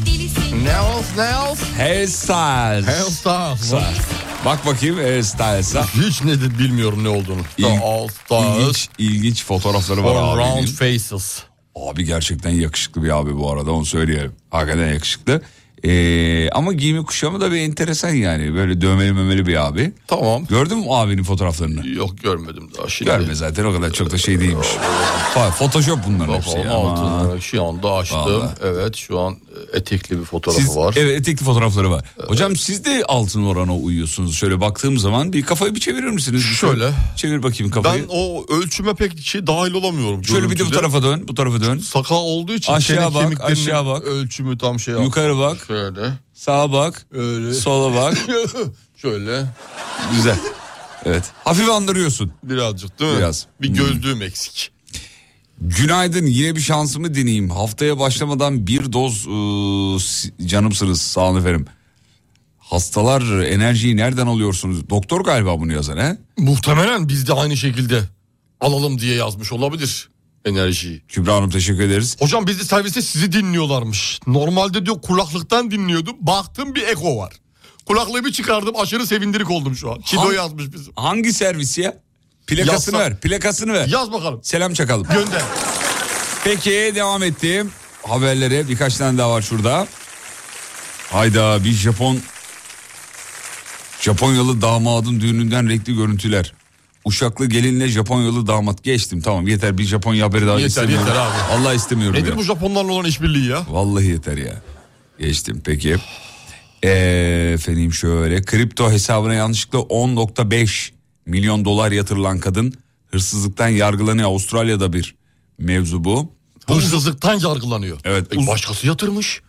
Harry Styles. Bak bakayım Harry Styles'a. Hiç nedir bilmiyorum ne olduğunu. İlginç fotoğrafları var abi. Round faces. Abi gerçekten yakışıklı bir abi bu arada, onu söyleyelim. Hakikaten yakışıklı. Ama giyimi kuşamı da bir enteresan yani. Böyle dövmeli memeli bir abi. Tamam. Gördün mü abinin fotoğraflarını? Yok görmedim daha şimdi. Görme zaten o kadar çok da şey değilmiş. Photoshop bunların hepsi. Altını şu anda açtım. Vallahi. Evet şu an etekli bir fotoğrafı var. Evet etekli fotoğrafları var. Evet. Hocam siz de altın orana uyuyorsunuz. Şöyle baktığım zaman bir kafayı bir çevirir misiniz? Şöyle. Çevir bakayım kafayı. Ben o ölçüme pek dahil olamıyorum. Şöyle görüntüde. Bir de bu tarafa dön. Sakal olduğu için aşağı bak. Ölçümü tam şey yukarı bak. Şöyle. Sağa bak. Öyle. Sola bak. Şöyle. Güzel. Evet. Hafif andırıyorsun. Birazcık değil mi? Biraz. Bir gözlüğüm eksik. Günaydın, yine bir şansımı deneyeyim. Haftaya başlamadan bir doz canımsınız. Sağ olun efendim. Hastalar enerjiyi nereden alıyorsunuz? Doktor galiba bunu yazan he? Muhtemelen biz de aynı şekilde alalım diye yazmış olabilir enerjiyi. Kübra Hanım teşekkür ederiz. Hocam biz de serviste sizi dinliyorlarmış. Normalde diyor kulaklıktan dinliyordum. Baktım bir eko var. Kulaklığı bir çıkardım, aşırı sevindirik oldum şu an. Çido yazmış bizim. Hangi servis ya? Plakasını ver. Plakasını ver. Yaz bakalım. Selam çakalım. Gönder. Peki devam ettim. Haberlere birkaç tane daha var şurada. Hayda, bir Japonyalı damadın düğününden renkli görüntüler. Uşaklı gelinle Japonyalı damat. Geçtim, tamam yeter, bir Japonya haberi daha istemiyorum. Yeter abi. Allah istemiyorum. Nedir ya. Bu Japonlarla olan işbirliği ya? Vallahi yeter ya. Geçtim peki. Efendim şöyle, kripto hesabına yanlışlıkla 10.5 milyon dolar yatırılan kadın hırsızlıktan yargılanıyor. Avustralya'da bir mevzu bu. Hırsızlıktan yargılanıyor. Evet. Başkası yatırmış.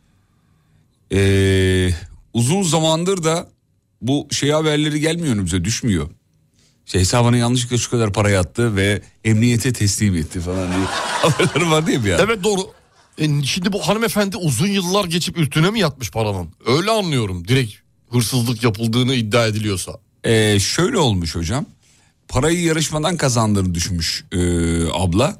Uzun zamandır da bu haberleri gelmiyor önümüze, düşmüyor. Hesabına yanlışlıkla şu kadar para yattı ve emniyete teslim etti falan diye haberleri var değil mi ya? Evet doğru. Şimdi bu hanımefendi uzun yıllar geçip üstüne mi yatmış paranın? Öyle anlıyorum. Direkt hırsızlık yapıldığını iddia ediliyorsa. Şöyle olmuş hocam. Parayı yarışmadan kazandığını düşünmüş abla.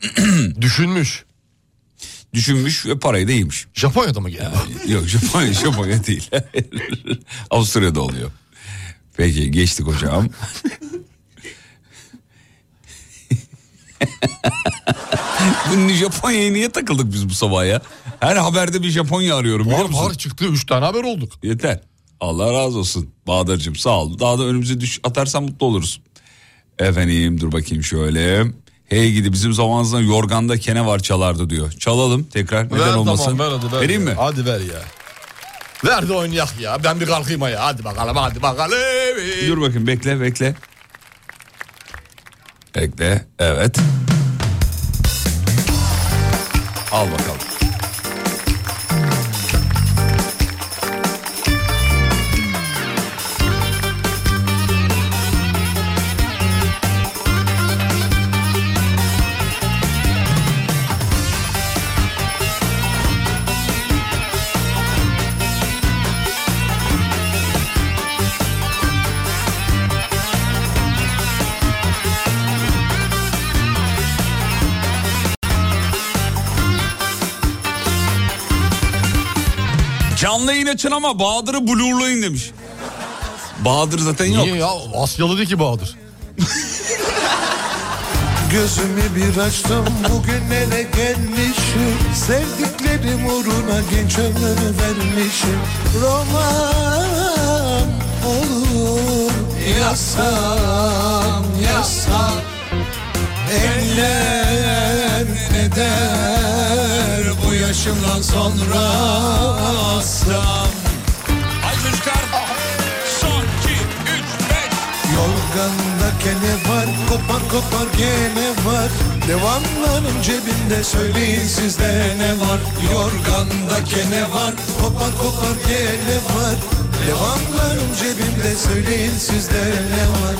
Düşünmüş ve parayı da yemiş. Japonya'da mı geldi? Yok Japonya değil. Avusturya'da oluyor. Peki geçtik hocam. Bu Japonya'ya niye takıldık biz bu sabah ya? Her haberde bir Japonya arıyorum. Var çıktı 3 tane haber olduk. Yeter. Allah razı olsun Bahadır'cığım, sağ ol. Daha da önümüze atarsan mutlu oluruz. Efendim dur bakayım şöyle. Hey gidi, bizim zamanımızda yorganda kene var çalardı diyor. Çalalım tekrar, neden ver, olmasın. Tamam, ver vereyim ya. mi? Hadi ver ya. Ver de oynayak ya. Ben bir kalkayım ya. Hadi bakalım. Dur bakayım, bekle. Bekle, evet. Al bakalım. Canlı yayın açın ama Bahadır'ı blurlayın demiş. Bahadır zaten yok. Niye ya? Asyalı değil ki Bahadır. Gözümü bir açtım, bugünlere gelmişim. Sevdiklerim uğruna genç ömrümü vermişim. Roman olur yazsam eller ne der bu yaşımdan sonra assam. Ay çocuklar. Son 2, 3, 5. Yorganda kene var, kopar gene var. Devamlarım cebimde, söyleyin sizde ne var? Yorganda kene var, kopar gene var. Devamlarım cebimde, söyleyin sizde ne var?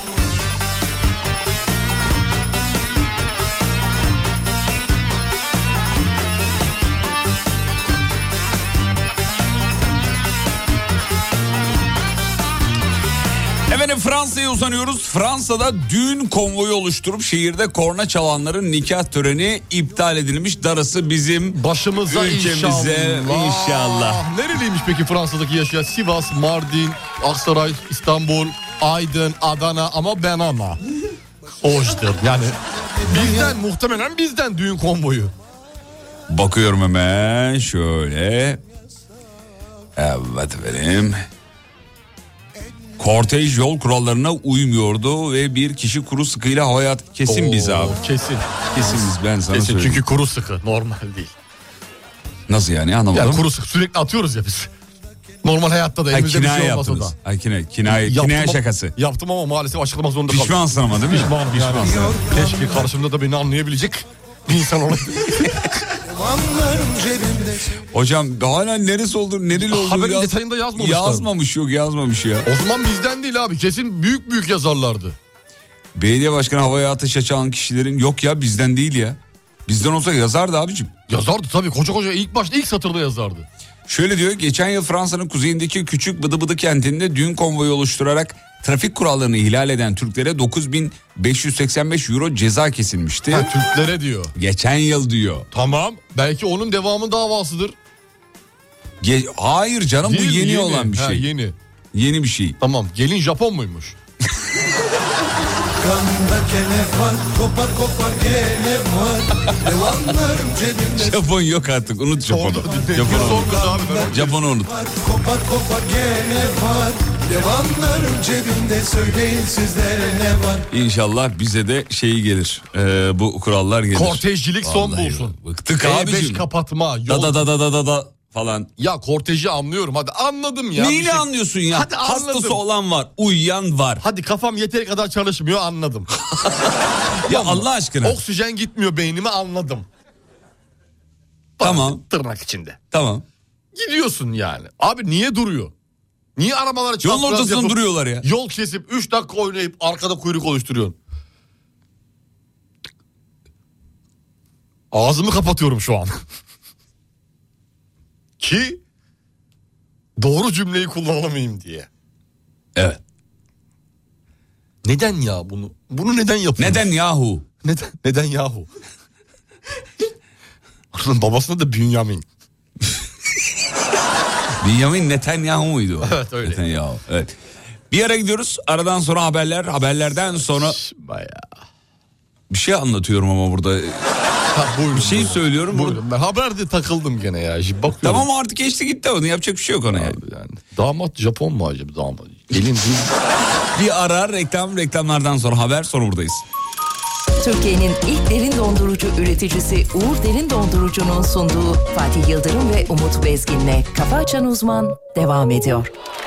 Efendim Fransa'ya uzanıyoruz. Fransa'da düğün konvoyu oluşturup şehirde korna çalanların nikah töreni iptal edilmiş. Darısı bizim başımıza ülkemize inşallah. Nereliymiş peki Fransa'daki yaşayan? Sivas, Mardin, Aksaray, İstanbul, Aydın, Adana ama Benama. O işte yani muhtemelen bizden düğün konvoyu. Bakıyorum hemen şöyle. Evet efendim. Kortej yol kurallarına uymuyordu ve bir kişi kuru sıkıyla havaya kesin biz abi. Kesin. Kesin biz, ben sana Kesin söyleyeyim. çünkü kuru sıkı normal değil. Nasıl yani, anlamadım. Yani kuru sıkı sürekli atıyoruz ya biz. Normal hayatta da elimizde bir şey olmasa da. Ay kinaye şakası. Yaptım ama maalesef açıklamak zorunda kaldım. Pişmansın ama değil mi? Pişmanım yani. Keşke karşımda da beni anlayabilecek bir insan olaydı. Hocam hala neresi olur, nereli olur? Haberin detayında yazmamışlar. Yazmamış ya. O zaman bizden değil abi, kesin büyük yazarlardı. Belediye başkanı havaya ateş açan kişilerin, yok ya bizden değil ya. Bizden olsa yazardı abicim. Yazardı tabii, koca ilk satırda yazardı. Şöyle diyor, geçen yıl Fransa'nın kuzeyindeki küçük Bıdı Bıdı kentinde düğün konvoyu oluşturarak trafik kurallarını ihlal eden Türklere 9.585 euro ceza kesilmişti. Ha, Türklere diyor. Geçen yıl diyor. Tamam, belki onun devamı davasıdır. Hayır canım, değil, bu yeni olan bir şey. Yeni. Yeni bir şey. Tamam, gelin Japon muymuş? Kanda kelef var, kopar gene var. Devanlarım cebimde. Japon yok artık, unut Japon'u. Japon'u unut. Kopar gene var. Devanlarım cebimde, söyleyin sizlere ne var. İnşallah bize de gelir. Bu kurallar gelir. Kortejcilik son bulsun. Bıktık abicim. E5 kapatma. Yol... Da falan. Ya korteji anlıyorum, hadi anladım ya. Neyini anlıyorsun ya? Hadi hastası olan var, uyuyan var. Hadi kafam yeteri kadar çalışmıyor, anladım. Ya Allah aşkına. Oksijen gitmiyor beynime, anladım. Tamam. Tırnak içinde. Tamam. Gidiyorsun yani. Abi niye duruyor? Niye arabaları çapraz yolun ortasında yapıp, duruyorlar ya? Yol kesip 3 dakika oynayıp arkada kuyruk oluşturuyorsun. Ağzımı kapatıyorum şu an. Ki doğru cümleyi kullanamayayım diye. Evet. Neden ya bunu? Bunu neden yapıyorsun? Neden yahu? Neden yahu? Onun babasına da Bünyamin. Bünyamin Netanyahu muydu o? Evet öyle. Netanyahu, evet. Bir ara gidiyoruz. Aradan sonra haberler. Haberlerden sonra... Bayağı. Bir şey anlatıyorum ama burada. Buyurun, bir şey söylüyorum. Buyurun. Ben haberde takıldım gene ya. Bakıyorum. Tamam artık geçti gitti, onu yapacak bir şey yok ona yani. Damat Japon mu acaba, damat? Gelin değil. Bir ara reklamlardan sonra haber, sonra buradayız. Türkiye'nin ilk derin dondurucu üreticisi Uğur Derin Dondurucu'nun sunduğu Fatih Yıldırım ve Umut Bezgin'le Kafa Açan Uzman devam ediyor.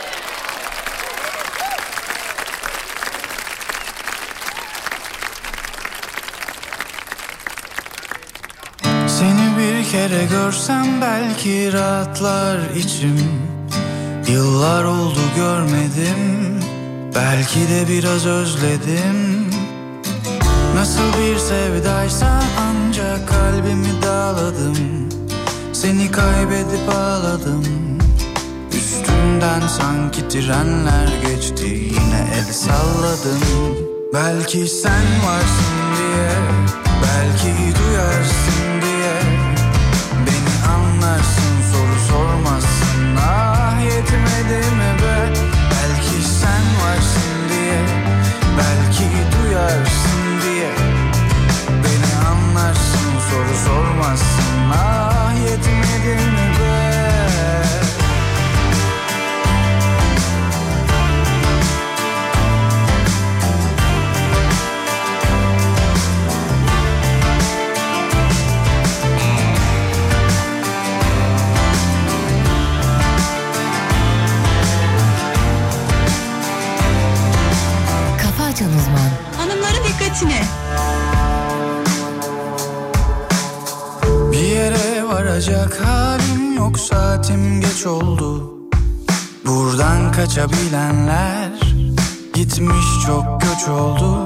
Seni bir kere görsem belki rahatlar içim. Yıllar oldu görmedim, belki de biraz özledim. Nasıl bir sevdaysa ancak kalbimi dağladım. Seni kaybedip ağladım. Üstümden sanki trenler geçti, yine el salladım. Belki sen varsın diye, belki duyarsın diye, beni anlarsın, soru sormazsın. Ah yetmedi mi be? Belki sen varsın diye, belki duyarsın diye, beni anlarsın, soru sormazsın. Ah yetmedi mi be? Uzman. Hanımların dikkatine. Bir yere varacak halim yok, saatim geç oldu. Buradan kaçabilenler gitmiş, çok göç oldu.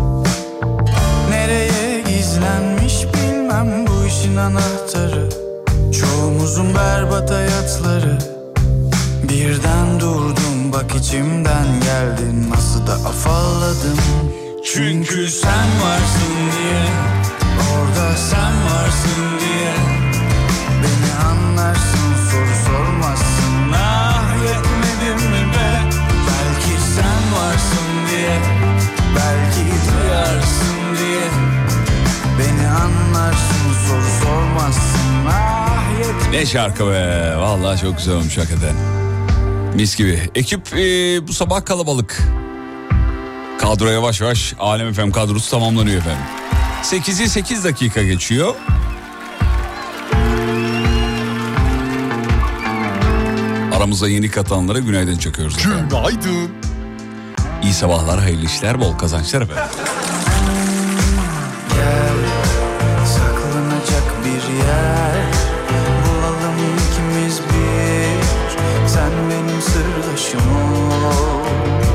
Nereye gizlenmiş bilmem bu işin anahtarı. Çoğumuzun berbat hayatları. Birden durdum, bak içimden geldin, nasıl da afalladım. Çünkü sen varsın diye, orada sen varsın diye, beni anlarsın, soru sormazsın. Ah yetmedim mi be? Belki sen varsın diye, belki duyarsın diye, beni anlarsın, soru sormazsın. Ah yetmedim mi be? Ne şarkı be. Vallahi çok güzel olmuş hakikaten. Mis gibi. Ekip bu sabah kalabalık. Kadro yavaş yavaş Alem FM kadrosu tamamlanıyor efendim. 8'i 8 dakika geçiyor. Aramıza yeni katılanlara günaydın çakıyoruz efendim. Günaydın. İyi sabahlar, hayırlı işler, bol kazançlar efendim. Gel, saklanacak bir yer bulalım ikimiz bir. Sen benim sırdaşım ol.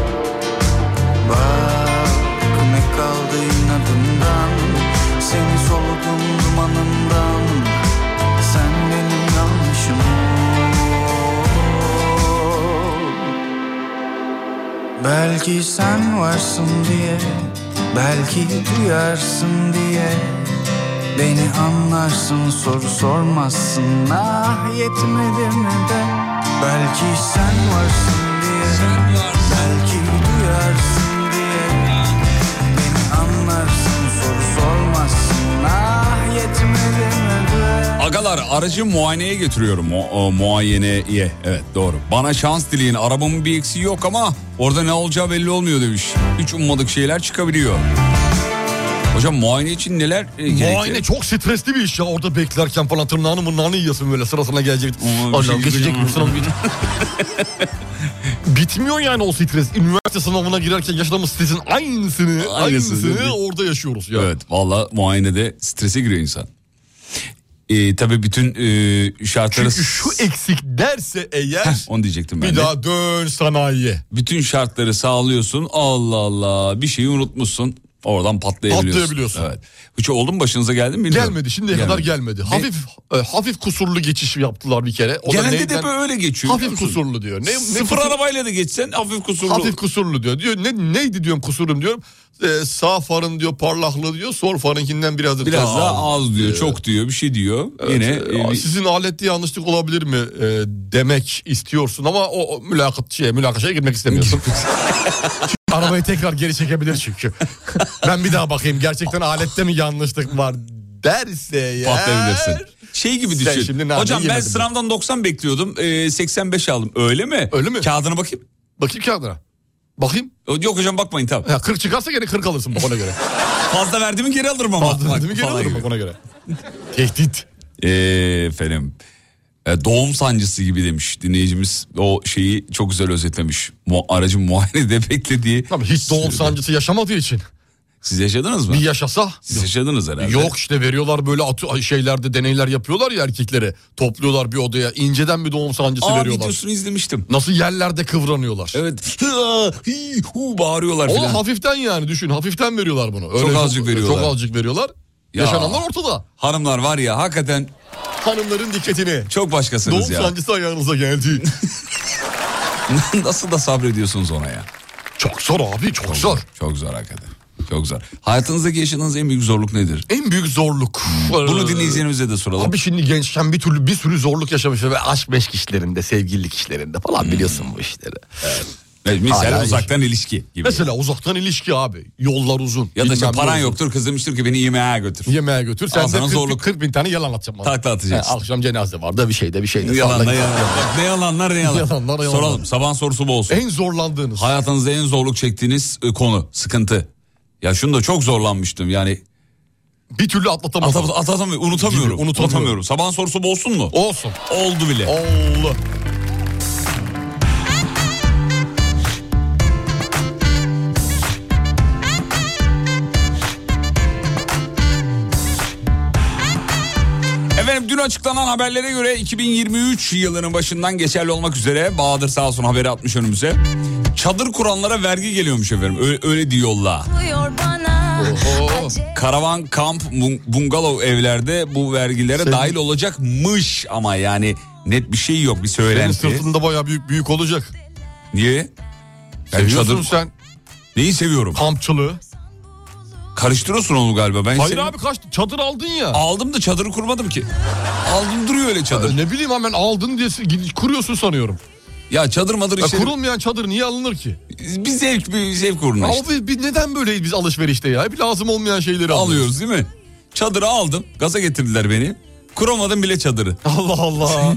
Bak ne kaldı inadından, seni soludum dumanından. Sen benim yanlışım ol. Belki sen varsın diye, belki duyarsın diye, beni anlarsın, soru sormazsın. Ah yetmedi mi de, belki sen varsın diye, belki duyarsın diye, beni anlarsın, soru sormazsın. Ah yetmedi mi de. Agalar, aracı muayeneye götürüyorum. Muayeneye, evet doğru. Bana şans dileyin, arabamın bir eksiği yok ama orada ne olacağı belli olmuyor demiş. Hiç ummadık şeyler çıkabiliyor. Hocam muayene için neler gerekli? Muayene çok stresli bir iş ya. Orada beklerken falan tırnağını yiyorsun böyle, sırasına gelecek. Allah'ım geçecek mi sınav? Bitmiyor yani o stres. Üniversite sınavına girerken yaşadığımız stresin aynısını orada yaşıyoruz ya. Evet, valla muayenede strese giriyor insan. Tabii bütün şartları... Çünkü şu eksik derse eğer... onu diyecektim ben bir de. daha dön sanayiye. Bütün şartları sağlıyorsun. Allah Allah, bir şeyi unutmuşsun. Oradan patlayabiliyorsun. Evet. Hiç oldu mu, başınıza geldi mi bilmiyorum. Gelmedi, şimdiye kadar gelmedi. Hafif kusurlu geçiş yaptılar bir kere. O genelde de böyle geçiyor. Hafif kusurlu diyor. Sıfır arabayla da geçsen hafif kusurlu. Hafif kusurlu diyor. Neydi diyorum kusurum diyorum. Sağ farın diyor parlaklığı diyor. Sol farınkinden biraz daha az diyor. Çok diyor, bir şey diyor. Evet, yine sizin alette yanlışlık olabilir mi demek istiyorsun ama o mülakaşaya girmek istemiyorsun. Arabayı tekrar geri çekebilir çünkü. Ben bir daha bakayım gerçekten alette mi yanlışlık var derse ya. Patlayabilirsin. Şey gibi düşün. Hocam ben sınavdan 90 bekliyordum. 85 aldım. Öyle mi? Öyle mi? Kağıdına bakayım. Bakayım kağıdına. Bakayım. Yok hocam bakmayın tamam. 40 çıkarsa gene 40 alırsın bak ona göre. Fazla verdiğimi geri alırım ama. Fazla verdiğimi geri alırım bak ona göre. Tehdit. Efendim. Doğum sancısı gibi demiş dinleyicimiz, o şeyi çok güzel özetlemiş. Aracın muayenede beklediği. Tabii hiç doğum sancısı yaşamadığı için. Siz yaşadınız mı? Bir yaşasa. Siz yaşadınız herhalde. Yok işte veriyorlar böyle şeylerde deneyler yapıyorlar ya erkeklere. Topluyorlar bir odaya, inceden bir doğum sancısı veriyorlar. Videosunu izlemiştim. Nasıl yerlerde kıvranıyorlar. Evet. Bağırıyorlar falan. O hafiften yani düşün, hafiften veriyorlar bunu. Öyle çok azıcık veriyorlar. Çok azıcık veriyorlar. Ya. Yaşananlar ortada. Hanımlar var ya hakikaten. Hanımların dikkatini. Çok başkasınız doğum ya. Doğum sancısı ayağınıza geldi. Nasıl da sabrediyorsunuz ona ya? Çok zor abi, çok zor. Çok zor hakikaten. Çok zor. Hayatınızdaki yaşadığınız en büyük zorluk nedir? En büyük zorluk. Bunu dinleyicilerimize de soralım. Abi şimdi gençken bir sürü zorluk yaşamış ve aşk meşk işlerinde, sevgililik işlerinde falan biliyorsun bu işleri. Evet. Mesela uzaktan ilişki gibi. Mesela uzaktan ilişki abi. Yollar uzun. Ya da paran yoktur, kız demiştir ki beni yemeğe götür. Yemeğe götür. Sen de 40 bin tane yalan atacaksın bana. Takla atacaksın. Akşam cenaze var da bir şeyde. Ne yalanlar. Soralım. Sabahın sorusu bu olsun. En zorlandığınız. Hayatınızda en zorluk çektiğiniz konu, sıkıntı. Ya şunu da çok zorlanmıştım yani. Bir türlü atlatamıyorum. Unutamıyorum. Sabahın sorusu bu olsun mu? Olsun. Oldu bile. Oldu. Efendim dün açıklanan haberlere göre 2023 yılının başından geçerli olmak üzere, Bahadır sağ olsun haberi atmış önümüze. Çadır kuranlara vergi geliyormuş efendim. Öyle diyorlar. Karavan, kamp, bungalov evlerde bu vergilere dahil olacakmış ama yani net bir şey yok, bir söylenti. Senin sırtında bayağı büyük olacak. Niye? Seviyorsun sen. Neyi seviyorum? Kampçılığı. Karıştırıyorsun onu galiba. Hayır abi çadır aldın ya. Aldım da çadırı kurmadım ki. Aldım duruyor öyle çadır. Ne bileyim hemen aldın diye kuruyorsun sanıyorum. Ya çadır madır işte. Kurulmayan çadır niye alınır ki? Bir zevk uğruna işte. Abi neden böyleyiz biz alışverişte ya? Hep lazım olmayan şeyleri alıyoruz değil mi? Çadırı aldım. Gaza getirdiler beni. Kuramadın bile çadırı. Allah Allah.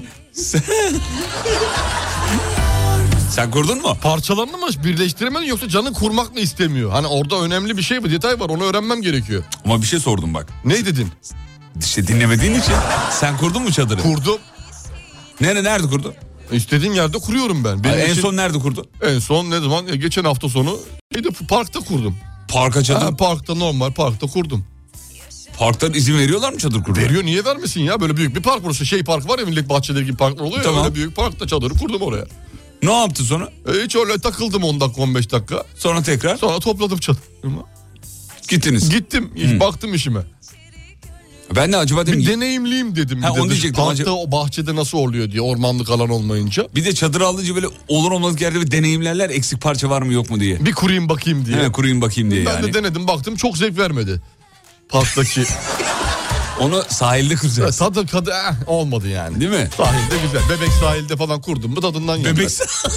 Sen kurdun mu? Parçalarını mı birleştiremedin yoksa canı kurmak mı istemiyor? Hani orada önemli bir şey mi, detay var, onu öğrenmem gerekiyor. Ama bir şey sordum bak. Ne dedin? İşte dinlemediğin için. Sen kurdun mu çadırı? Kurdum. Nerede kurdun? İstediğim yerde kuruyorum ben. En son nerede kurdun? En son ne zaman? Geçen hafta sonu parkta kurdum. Parka çadır? Parkta, normal parkta kurdum. Parktan izin veriyorlar mı çadır kurmaya? Veriyor, niye vermesin ya? Böyle büyük bir park burası. Park var ya, millet bahçeleri gibi parklar oluyor tamam. ya. Öyle büyük parkta çadırı kurdum oraya. Ne yaptın sonra? Hiç öyle takıldım 10 dakika 15 dakika. Sonra tekrar? Sonra topladım çadırımı. Gittiniz? Gittim. Baktım işime. Ben de acaba dedim. Bir deneyimliyim dedim. Onu diyecektim. Parkta o bahçede nasıl oluyor diye, ormanlık alan olmayınca. Bir de çadır alınca böyle olur olmadık yerde bir deneyimlerler, eksik parça var mı yok mu diye. Bir kurayım bakayım diye. He, kurayım bakayım diye ben yani. de denedim, baktım çok zevk vermedi. Parktaki. Onu sahilde kuracaksın. Tadı olmadı yani. Değil mi? Sahilde güzel. Bebek sahilde falan kurdum mu tadından yenmez. Bebek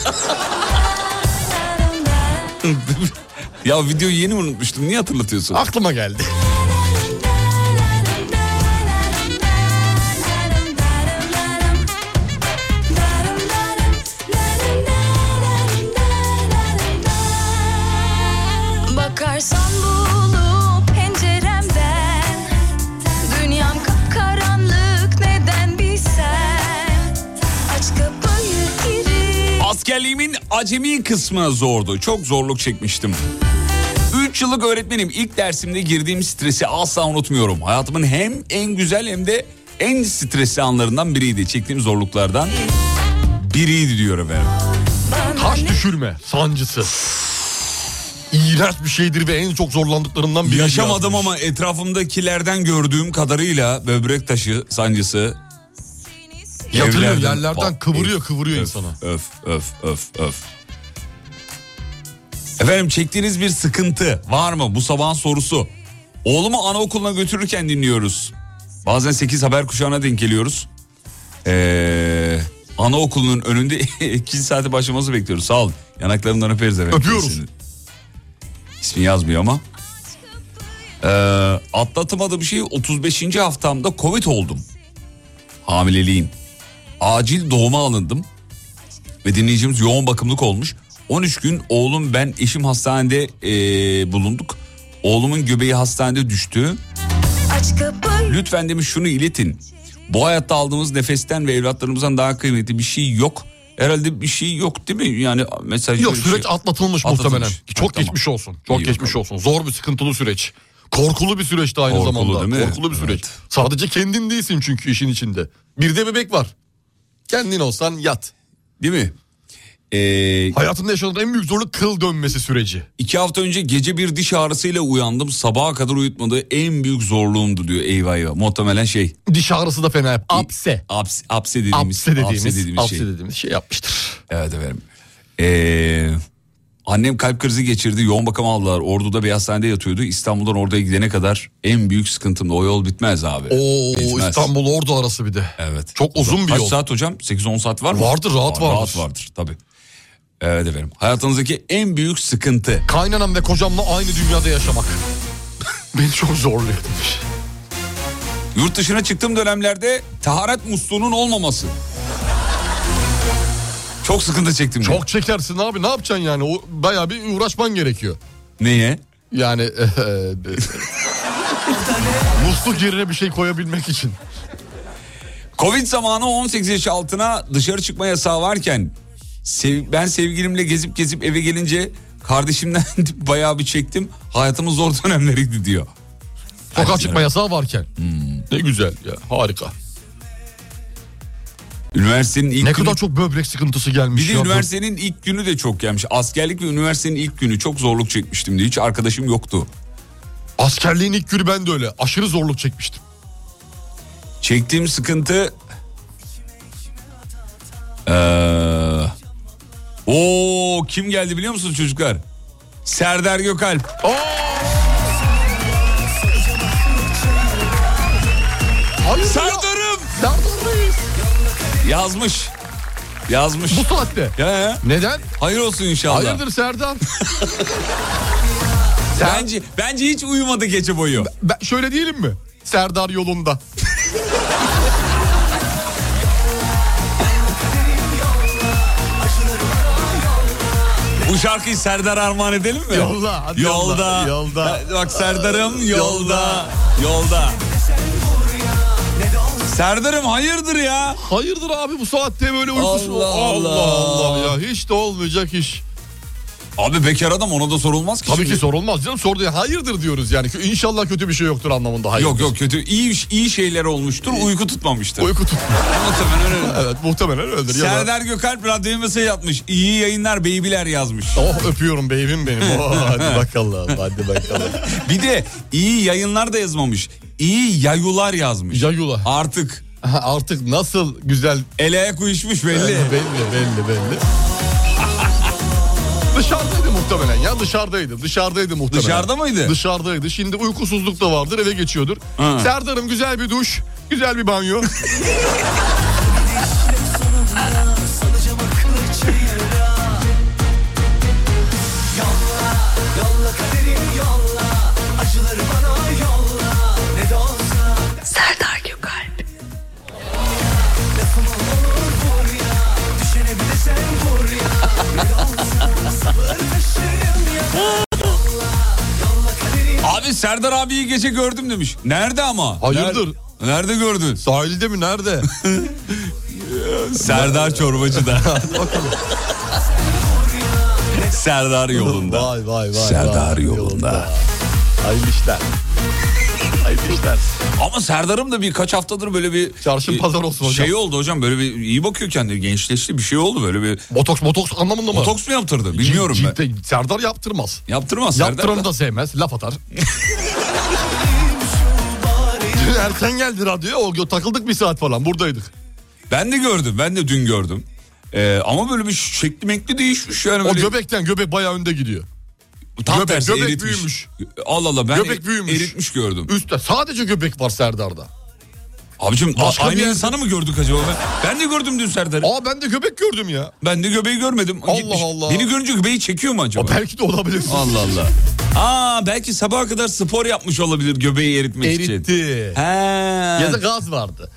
Ya videoyu yeni unutmuştum. Niye hatırlatıyorsun? Aklıma geldi. Bakarsan bulup penceremden, dünyam kapkaranlık, neden bilsen. Aç kapıyı gir. Askerliğimin acemi kısmı zordu. Çok zorluk çekmiştim. 3 yıllık öğretmenim. İlk dersimde girdiğim stresi asla unutmuyorum. Hayatımın hem en güzel hem de en stresli anlarından biriydi. Çektiğim zorluklardan biriydi diyor efendim. Taş düşürme sancısı. İğrenç bir şeydir ve en çok zorlandıklarından biri. Yaşamadım yazmış. ama etrafımdakilerden gördüğüm kadarıyla böbrek taşı sancısı. Yatırıyor yerlerden, kıvırıyor öf, insana. Öf. Efendim, çektiğiniz bir sıkıntı var mı? Bu sabahın sorusu. Oğlumu anaokuluna götürürken dinliyoruz. Bazen 8 haber kuşağına denk geliyoruz. Anaokulunun önünde 2 saate başlaması bekliyoruz. Sağ olun. Yanaklarımdan öperiz efendim. Öpüyoruz. İsmi yazmıyor ama. Atlatamadığım bir şey, 35. haftamda Covid oldum. Hamileliğin. Acil doğuma alındım. Ve dinleyicimiz yoğun bakımlık olmuş. 13 gün oğlum, ben, eşim hastanede bulunduk. Oğlumun göbeği hastanede düştü. Lütfen demiş şunu iletin. Bu hayatta aldığımız nefesten ve evlatlarımızdan daha kıymetli bir şey yok. Herhalde bir şey yok değil mi? Yani mesaj yok, süreç şey atlatılmış muhtemelen. Çok tamam. geçmiş olsun. Çok İyi geçmiş bakalım. olsun. Zor bir, sıkıntılı süreç. Korkulu bir süreçti aynı zamanda. Değil mi? Korkulu bir süreç. Evet. Sadece kendin değilsin çünkü işin içinde. Bir de bebek var. Kendin olsan yat. Değil mi? Hayatımda yaşadığım en büyük zorluk kıl dönmesi süreci. 2 hafta önce gece bir diş ağrısıyla uyandım. Sabaha kadar uyutmadığı en büyük zorluğumdu diyor. Eyvah. Muhtemelen şey. Diş ağrısı da fena yap. Apse. Apse dediğimiz şey yapmıştır. Evet efendim. Annem kalp krizi geçirdi. Yoğun bakım aldılar. Ordu'da bir hastanede yatıyordu. İstanbul'dan oraya gidene kadar en büyük sıkıntımdı. O yol bitmez abi. Bitmez. İstanbul Ordu arası bir de. Evet. Çok uzun bir Kaç yol. saat hocam? 8-10 saat var mı? Vardır, rahat vardır. Rahat vardır tabii. Evet efendim. Hayatınızdaki en büyük sıkıntı. Kaynanam ve kocamla aynı dünyada yaşamak. Beni çok zorluyor. Yurt dışına çıktığım dönemlerde taharet musluğunun olmaması. Çok sıkıntı çektim. Çok çekersin abi, ne yapacaksın yani? O bayağı bir uğraşman gerekiyor. Neye? Yani musluk yerine bir şey koyabilmek için. Covid zamanı 18 yaş altına dışarı çıkma yasağı varken ben sevgilimle gezip eve gelince kardeşimden bayağı bir çektim. Hayatımın zor dönemleriydi diyor. Sokağa çıkma yasağı varken. Ne güzel ya, harika. Üniversitenin ilk ne günü... kadar çok böbrek sıkıntısı gelmiş. Bir de üniversitenin ilk günü de çok gelmiş. Askerlik ve üniversitenin ilk günü çok zorluk çekmiştim diye. Hiç arkadaşım yoktu. Askerliğin ilk günü ben de öyle. Aşırı zorluk çekmiştim. Çektiğim sıkıntı... kim geldi biliyor musunuz çocuklar? Serdar Gökalp. Serdar'ım. Yazmış. Bu saatte. Ya. Neden? Hayır olsun inşallah. Hayırdır Serdar? Bence hiç uyumadı gece boyu. Ben şöyle diyelim mi? Serdar yolunda. Bu şarkıyı Serdar armağan edelim mi? Yolla. Hadi Yolda. Yolda. Bak Serdar'ım yolda. Yolda. Serdar'ım hayırdır ya? Hayırdır abi bu saatte böyle uykusuz. Allah Allah ya, hiç de olmayacak iş. Abi bekar adam, ona da sorulmaz ki. Tabii şimdi. ki sorulmaz canım, sordu ya, hayırdır diyoruz yani. İnşallah kötü bir şey yoktur anlamında hayırdır. Yok kötü, iyi şeyler olmuştur, uyku tutmamıştır. Uyku Muhtemelen öyle. Evet, muhtemelen öyledir. Serdar Gökalp radyoya mesaj atmış. İyi yayınlar beybiler yazmış. Oh, öpüyorum beybim benim. Oh, hadi bakalım. Bir de iyi yayınlar da yazmamış. İyi yayular yazmış. Yayula. Artık nasıl güzel. el ayak uyuşmuş belli. belli. Dışarıdaydı muhtemelen ya, dışarıdaydı muhtemelen. Dışarıda mıydı? Dışarıdaydı. Şimdi uykusuzluk da vardır, eve geçiyordur. Ha. Serdar'ım güzel bir duş, güzel bir banyo. Serdar Gökalp. Abi Serdar abiyi gece gördüm demiş. Nerede ama? Hayırdır? Nerede gördün? Sahilde mi, nerede? Serdar Çorbacı'da. Serdar yolunda. Vay. Serdar yolunda. Hayırlı işler. Ama Serdar'ım da birkaç haftadır böyle bir... Çarşı pazar olsun hocam. Şey oldu hocam, böyle bir iyi bakıyor kendine, gençleşti, bir şey oldu böyle bir... Botoks anlamında mı? Botoks mu yaptırdı bilmiyorum ben. Serdar yaptırmaz. Yaptırmaz Yaptıranı Serdar da sevmez, laf atar. Dün erken geldi radyoya, takıldık bir saat falan, buradaydık. Ben de dün gördüm. Ama böyle bir şekli mekli değişmiş yani. O böyle... göbek bayağı önde gidiyor. Tam tersi, göbek eritmiş. büyümüş. Allah ben göbek büyümüş. Eritmiş gördüm. Üstte sadece göbek var Serdar'da. Abicim Başka aynı bir insanı mı gördük acaba? Ben de gördüm dün Serdar'ı. Ben de göbek gördüm ya. Ben de göbeği görmedim. Allah. Beni görünce göbeği çekiyor mu acaba? Belki de olabilir. Allah. Belki sabaha kadar spor yapmış olabilir göbeği eritmek için. Eritti. Ya da gaz vardı.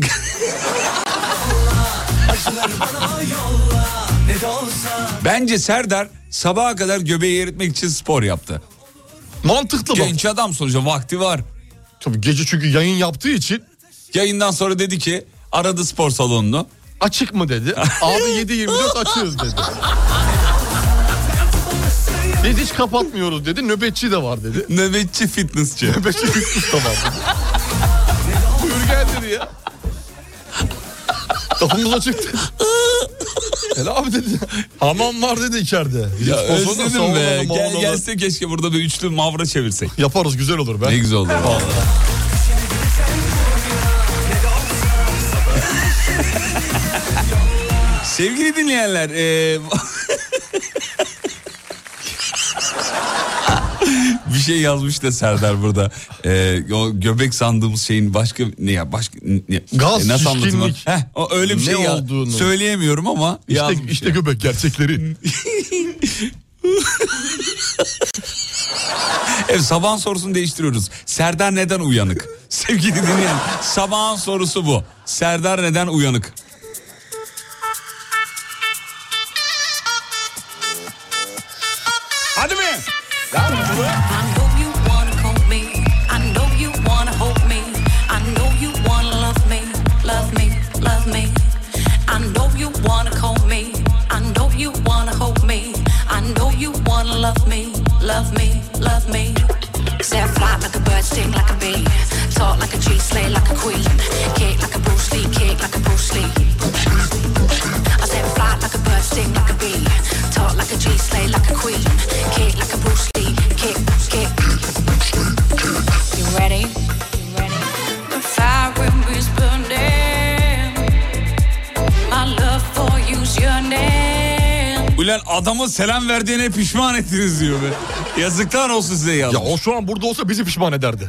Bence Serdar sabaha kadar göbeği eritmek için spor yaptı. Mantıklı bak. Genç adam sonuçta, vakti var. Tabii gece çünkü yayın yaptığı için. Yayından sonra dedi ki, aradı spor salonunu. Açık mı dedi. Abi 7-24 açıyoruz dedi. Biz hiç kapatmıyoruz dedi. Nöbetçi de var dedi. Nöbetçi fitnessçi. Nöbetçi fitness de var dedi. Buyur gel dedi ya. Kapımıza çıktı. Hele abi dedi. Hamam var dedi içeride. Ya özledim be. Gelse keşke burada bir üçlü mavra çevirsek. Yaparız, güzel olur be. Ne güzel olur. Vallahi. Sevgili dinleyenler, bir şey yazmış da Serdar burada. O göbek sandığımız şeyin gaz, nasıl anlatayım? O öyle bir şey ne olduğunu söyleyemiyorum ama işte göbek gerçekleri. Evet, sabahın sorusunu değiştiriyoruz. Serdar neden uyanık? Sevgili dinleyen, sabahın sorusu bu. Serdar neden uyanık? Hadi mi? Love me. Say I fly like a bird, sting like a bee, talk like a G, slay like a queen, kick like a Bruce Lee, kick like a Bruce Lee. I say I fly like a bird, sting like a bee, talk like a G, slay like a queen, kick like a Bruce Lee, kick. You ready? The fire is burning. My love for you's yearning. Ulan adamı selam verdiğine pişman ettiniz diyor be. Yazıklar olsun size yazmış. Ya o şu an burada olsa bizi pişman ederdi.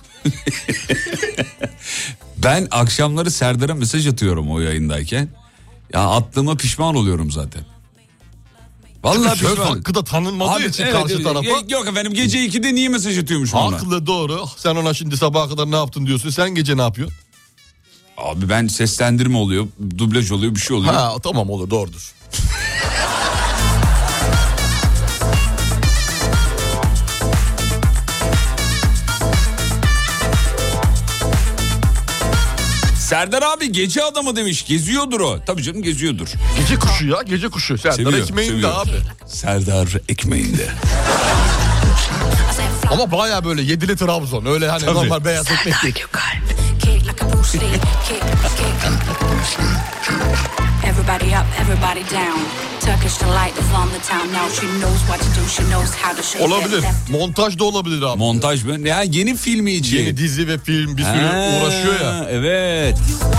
Ben akşamları Serdar'a mesaj atıyorum o yayındayken. Ya attığıma pişman oluyorum zaten. Vallahi söz pişman. hakkı da tanınmadığı için karşı tarafa. Yok efendim, gece 2'de niye mesaj atıyormuş ona? Haklı, doğru. Sen ona şimdi sabaha kadar ne yaptın diyorsun. Sen gece ne yapıyorsun? Abi ben seslendirme oluyor, dublaj oluyor, bir şey oluyor. Tamam, olur, doğrudur. Serdar abi gece adamı demiş. Geziyordur o. Tabii canım geziyordur. Gece kuşu ya, gece kuşu. Serdar ekmeğinde abi. Serdar ekmeğinde. Ama baya böyle yedili Trabzon. Öyle hani tabii. Normal beyaz ekmek değil. Everybody up, everybody down. Turkish delight is on the town now. She knows what to do, she knows how to shake. Olabilir. Montaj da olabilir abi. Montaj mı? Ya yeni filmi için. Yeni dizi ve film bir sürü uğraşıyor ya. Evet.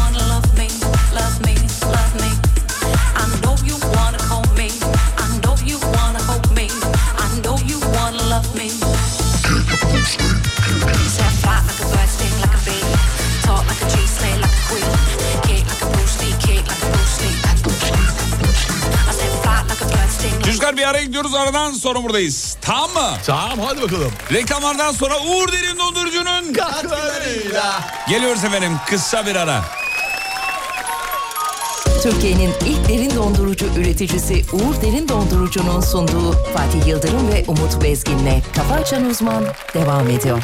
Çocuklar bir araya gidiyoruz, aradan sonra buradayız. Tamam mı? Tamam, hadi bakalım. Reklamlardan sonra Uğur Derin Dondurucu'nun katkılarıyla geliyoruz efendim, kısa bir ara. Türkiye'nin ilk derin dondurucu üreticisi Uğur Derin Dondurucu'nun sunduğu Fatih Yıldırım ve Umut Bezgin'le Kafa Açan Uzman devam ediyor.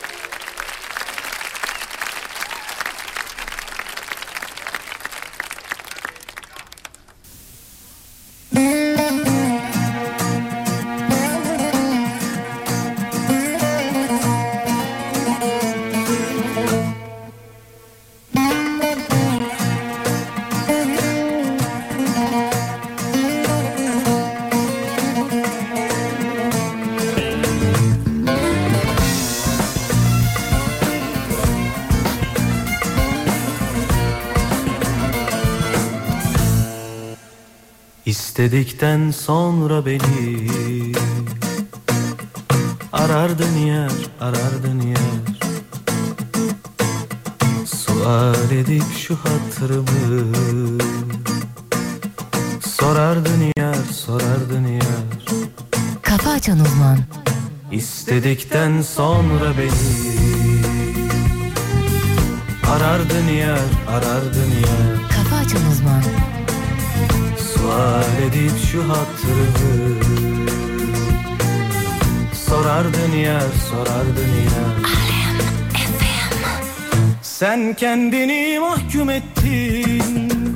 İstedikten sonra beni arardın yer, arardın yer. Sual edip şu hatırımı sorardın yer, sorardın yer. Kafa Açan Uzman. İstedikten sonra beni arardın yer, arardın yer. Kafa Açan Uzman. Sual edip şu hatırımı sorardın yer, sorardın yer. Alem FM. Sen kendini mahkum ettin,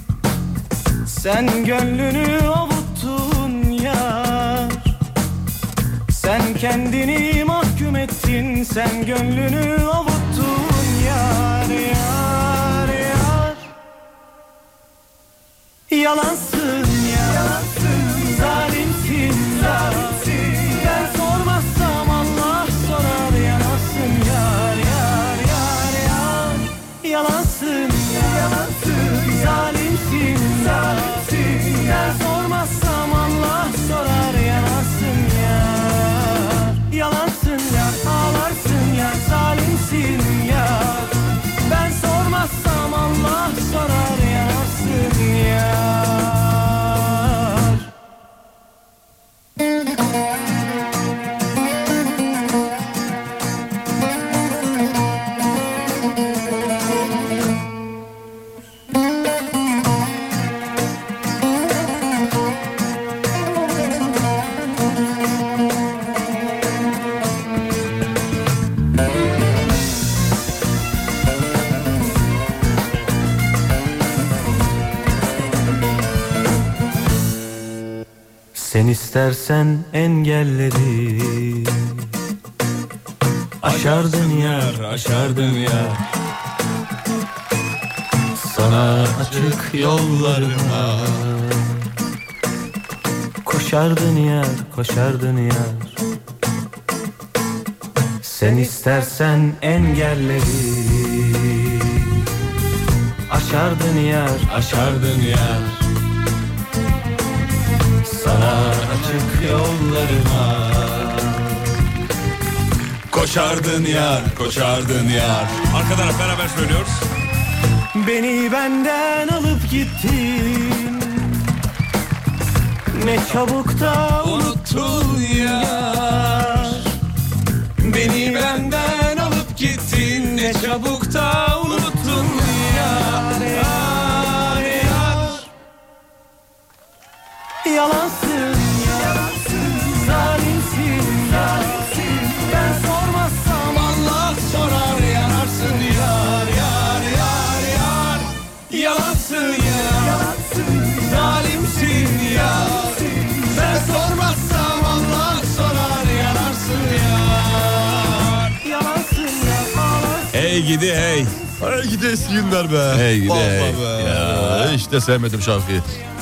sen gönlünü avuttun yar. Sen kendini mahkum ettin, sen gönlünü avuttun yar, yar, yar. Yalansın ya, zalimsin ya. Ben sormazsam Allah sorar, yanarsın yar, yar, yar, yar. Yalansın ya, zalimsin ya. Ben sormazsam Allah sorar, yanarsın yar. Yalansın ya, ağlarsın ya, zalimsin ya. Ben sormazsam Allah sorar, yanarsın ya. Sen istersen engelleri aşardın yar, aşardın yar. Sana açık yollarıma koşardın yar, koşardın yar. Sen istersen engelleri aşardın yar, aşardın yar. Sana açık yollarıma koşardın yar, koşardın yar. Arka taraf beraber söylüyoruz. Beni benden alıp gittin, ne çabuk da unuttun yar. Beni benden alıp gittin, ne çabuk da unuttun yar, yar, yar. Yalansın ya, zalimsin ya. Ben sormazsam Allah sorar, yanarsın yar, yar, yar, yar. Hey gidi hey. Hey gidi eski günler be. Hey gidi Vallahi hey. be. Ya. Hiç de sevmedim şarkıyı.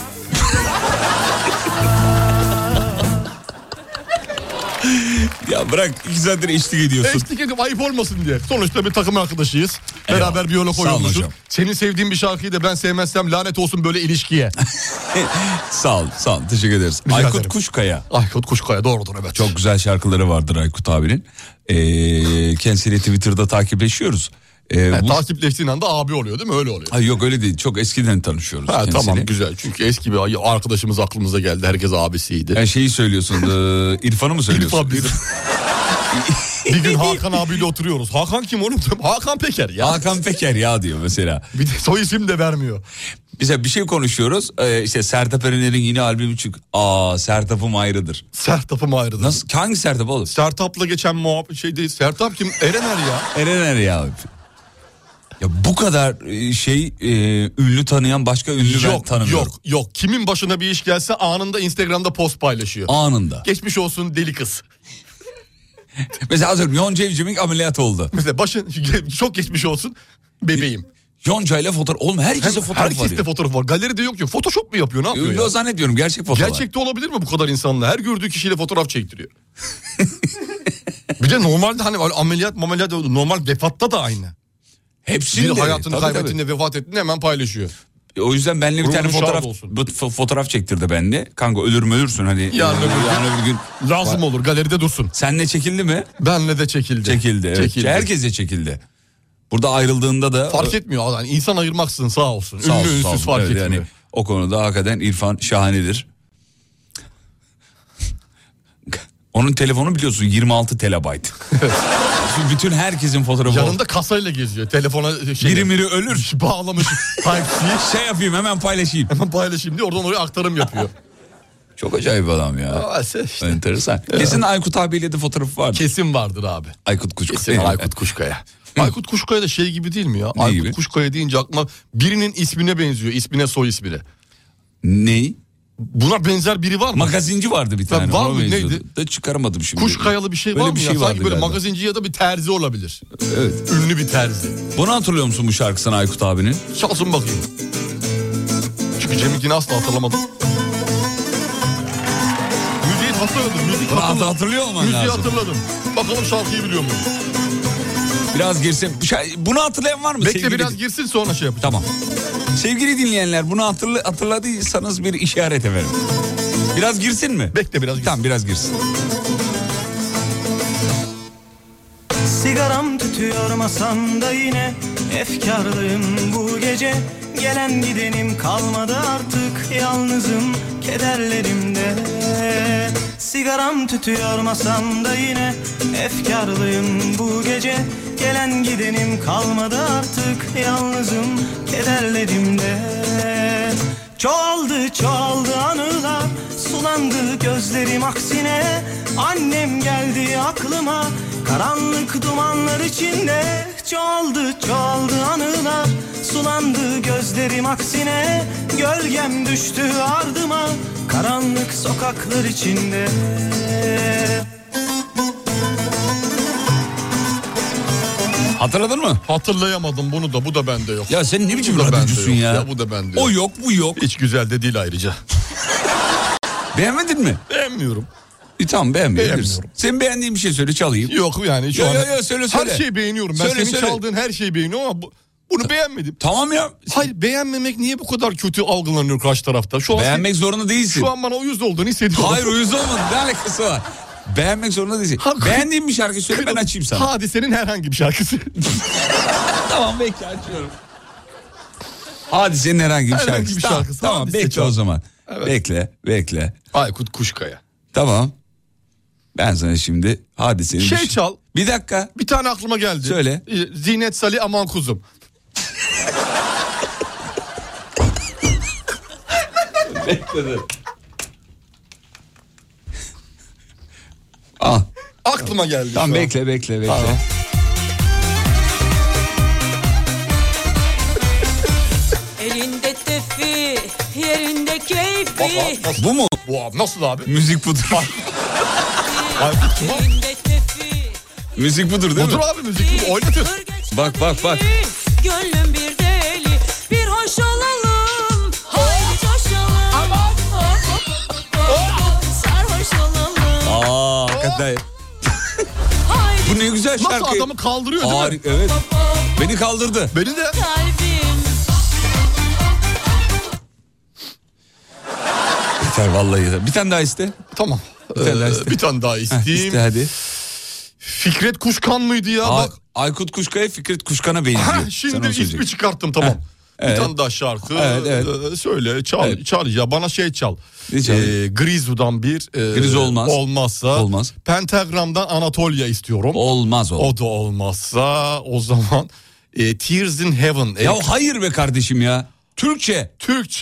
Ya bırak 2 saattir eşlik ediyorsun. Eşlik edip ayıp olmasın diye. Sonuçta bir takım arkadaşıyız. Eyvallah. Beraber bir yola Sağ olun koyulmuşuz. hocam. Senin sevdiğin bir şarkıyı da ben sevmezsem lanet olsun böyle ilişkiye. Sağ ol teşekkür ederiz. Rica Aykut ederim. Kuşkaya. Aykut Kuşkaya doğrudur evet. Çok güzel şarkıları vardır Aykut abinin. Kendisiyle Twitter'da takipleşiyoruz. Takipleştiğin anda abi oluyor değil mi? Öyle oluyor. Hayır yok öyle değil. Çok eskiden tanışıyoruz kendisiyle. Tamam güzel. Çünkü eski bir arkadaşımız aklımıza geldi. Herkes abisiydi. Her şeyi söylüyorsun. İrfan'ı mı söylüyorsun? İrfan bizim. Bir gün Hakan abiyle oturuyoruz. Hakan kim oğlum? Hakan Peker ya. Hakan Peker ya diyor mesela. Bir de soy isim de vermiyor. Mesela bir şey konuşuyoruz. İşte Sertab Erener'in yeni albümü çık. Sertab'ım ayrıdır. Sertab'ım ayrıdır. Nasıl? Hangi Sertab oğlum? Sertab'la geçen muhabbet şey değil. Sertab kim? Erener ya. Erener ya. Ya bu kadar ünlü tanıyan başka ünlü ben tanımıyorum. Yok. Kimin başına bir iş gelse anında Instagram'da post paylaşıyor. Anında. Geçmiş olsun deli kız. Mesela atıyorum Yonca Evcimik ameliyat oldu. Mesela çok geçmiş olsun bebeğim. Yonca ile fotoğraf. Oğlum herkese fotoğraf var. Herkeste fotoğraf var. Galeride yok. Photoshop mu yapıyor? Ne yapıyor Ünlü ya? zannetmiyorum. Gerçek fotoğraf. Gerçekte olabilir mi bu kadar insanla? Her gördüğü kişiyle fotoğraf çektiriyor. Bir de normalde hani ameliyat normal vefatta da aynı. Hepsinde. Bir hayatını kaybettiğinde vefat ettiğinde hemen paylaşıyor. O yüzden benimle bir tane fotoğraf çektirdi benimle. Kanka ölürsün hani. Yarın öbür gün lazım olur galeride dursun. Seninle çekildi mi? Benle de çekildi. Çekildi. Herkese çekildi. Burada ayrıldığında da fark etmiyor. Yani insan ayırmaksın sağ olsun. Ünlü ünsüz fark etmiyor. Yani o konuda hakikaten İrfan şahanedir. Onun telefonu biliyorsun 26 terabayt. Bütün herkesin fotoğrafı. Yanında kasayla geziyor. Telefona biri ölür. Bağlamış Type-C. Yapayım hemen paylaşayım. Hemen paylaşayım diye oradan oraya aktarım yapıyor. Çok acayip adam ya. İşte. Enteresan. Kesin Aykut abiyle de fotoğrafı vardır. Kesin vardır abi. Aykut Kuşkaya. Kesin Aykut Kuşkaya. Aykut Kuşkaya da şey gibi değil mi ya? Ne Aykut gibi? Kuşkaya deyince aklıma birinin ismine benziyor. İsmine soy ismine. Ney? Buna benzer biri var mı? Magazinci vardı bir tane. Var mı? Neydi? Da çıkaramadım şimdi. Kuşkayalı bir şey var mı ya? Sanki böyle magazinci ya da bir terzi olabilir. Evet. Ünlü bir terzi. Bunu hatırlıyor musun bu şarkısını Aykut abinin? Çalsın bakayım. Çünkü Cem'inkini asla hatırlamadım. Müziği hatırladım. Hatırlıyor olman Müziği lazım. hatırladım. Bakalım şarkıyı biliyor muyum? Biraz girsin. Bunu hatırlayan var mı? Bekle biraz girsin sonra şey yapacağım. Tamam. Sevgili dinleyenler bunu hatırladıysanız bir işaret efendim. Biraz girsin mi? Bekle biraz girsin. Tamam biraz girsin. Sigaram tütüyor masamda yine, efkarlıyım bu gece. Gelen gidenim kalmadı artık, yalnızım kederlerimde. Sigaram tütüyor masamda yine, efkarlıyım bu gece. Gelen gidenim kalmadı artık, yalnızım kederlerimde. Çoğaldı anılar, sulandı gözlerim aksine. Annem geldi aklıma, karanlık dumanlar içinde. Çoğaldı anılar, sulandı gözlerim aksine. Gölgem düştü ardıma, karanlık sokaklar içinde. Hatırladın mı? Hatırlayamadım bunu da, bu da bende yok. Ya sen ne biçim Bu da radyocusun bende ya? yok. Bu da bende yok. O yok, bu yok. Hiç güzel de değil ayrıca. Beğenmedin mi? Beğenmiyorum. Tamam beğenmiyorsun. Beğenmiyorum. Sen beğendiğin bir şey söyle çalayım. Yok yani şu an. Söyle. Her şeyi beğeniyorum. Ben senin çaldığın her şeyi beğeniyorum ama bunu beğenmedim. Tamam ya. Hayır, beğenmemek niye bu kadar kötü algılanıyor karşı tarafta? Şu an beğenmek zorunda değilsin. Şu an bana uyuz olduğunu hissediyorum. Hayır uyuz olmadı, ne alakası var? Beğenmek zorunda değilsin. Beğendiğin bir şarkı söyle, ben açayım sana. Hadise'nin herhangi bir şarkısı. Tamam bekle, açıyorum. Hadise'nin herhangi bir şarkısı. Tamam Hadise bekle çal. o zaman. Evet. Bekle. Aykut Kuşkaya. Tamam. Ben sana şimdi Hadise'nin... çal. Bir dakika. Bir tane aklıma geldi. Söyle. Zinet Salih aman kuzum. Bekle. Al. Aklıma geldi. Tamam bekle. Tamam. Elinde tefi, yerinde keyfi. Bu mu? Bu abi nasıl abi? Müzik budur. Aykut kim abi? Elinde tefi. Müzik budur değil Budur mi? abi müzik budur. Oynatır. Bak. Gönlüm bir deli, bir hoş olalım. Haydi coşalım. Sarhoş olalım. Hakikaten. Bu ne güzel şarkı. Nasıl adamı kaldırıyor değil mi? Evet. Beni kaldırdı. Beni de. Kalbim. Yeter vallahi. Bir tane daha iste. Tamam. Bir tane daha isteyeyim. İste hadi. Fikret Kuşkan mıydı ya? Bak. Aykut Kuşkaya Fikret Kuşkan'a benziyor. Şimdi ismi çıkarttım tamam. Evet. Bir tane daha şarkı. Evet. Söyle çal ya bana çal. Grizu'dan bir. Grizu olmaz. Olmazsa. Pentagram'dan Anatolia istiyorum. Olmaz. O da olmazsa o zaman Tears in Heaven. Ya hayır be kardeşim ya. Türkçe.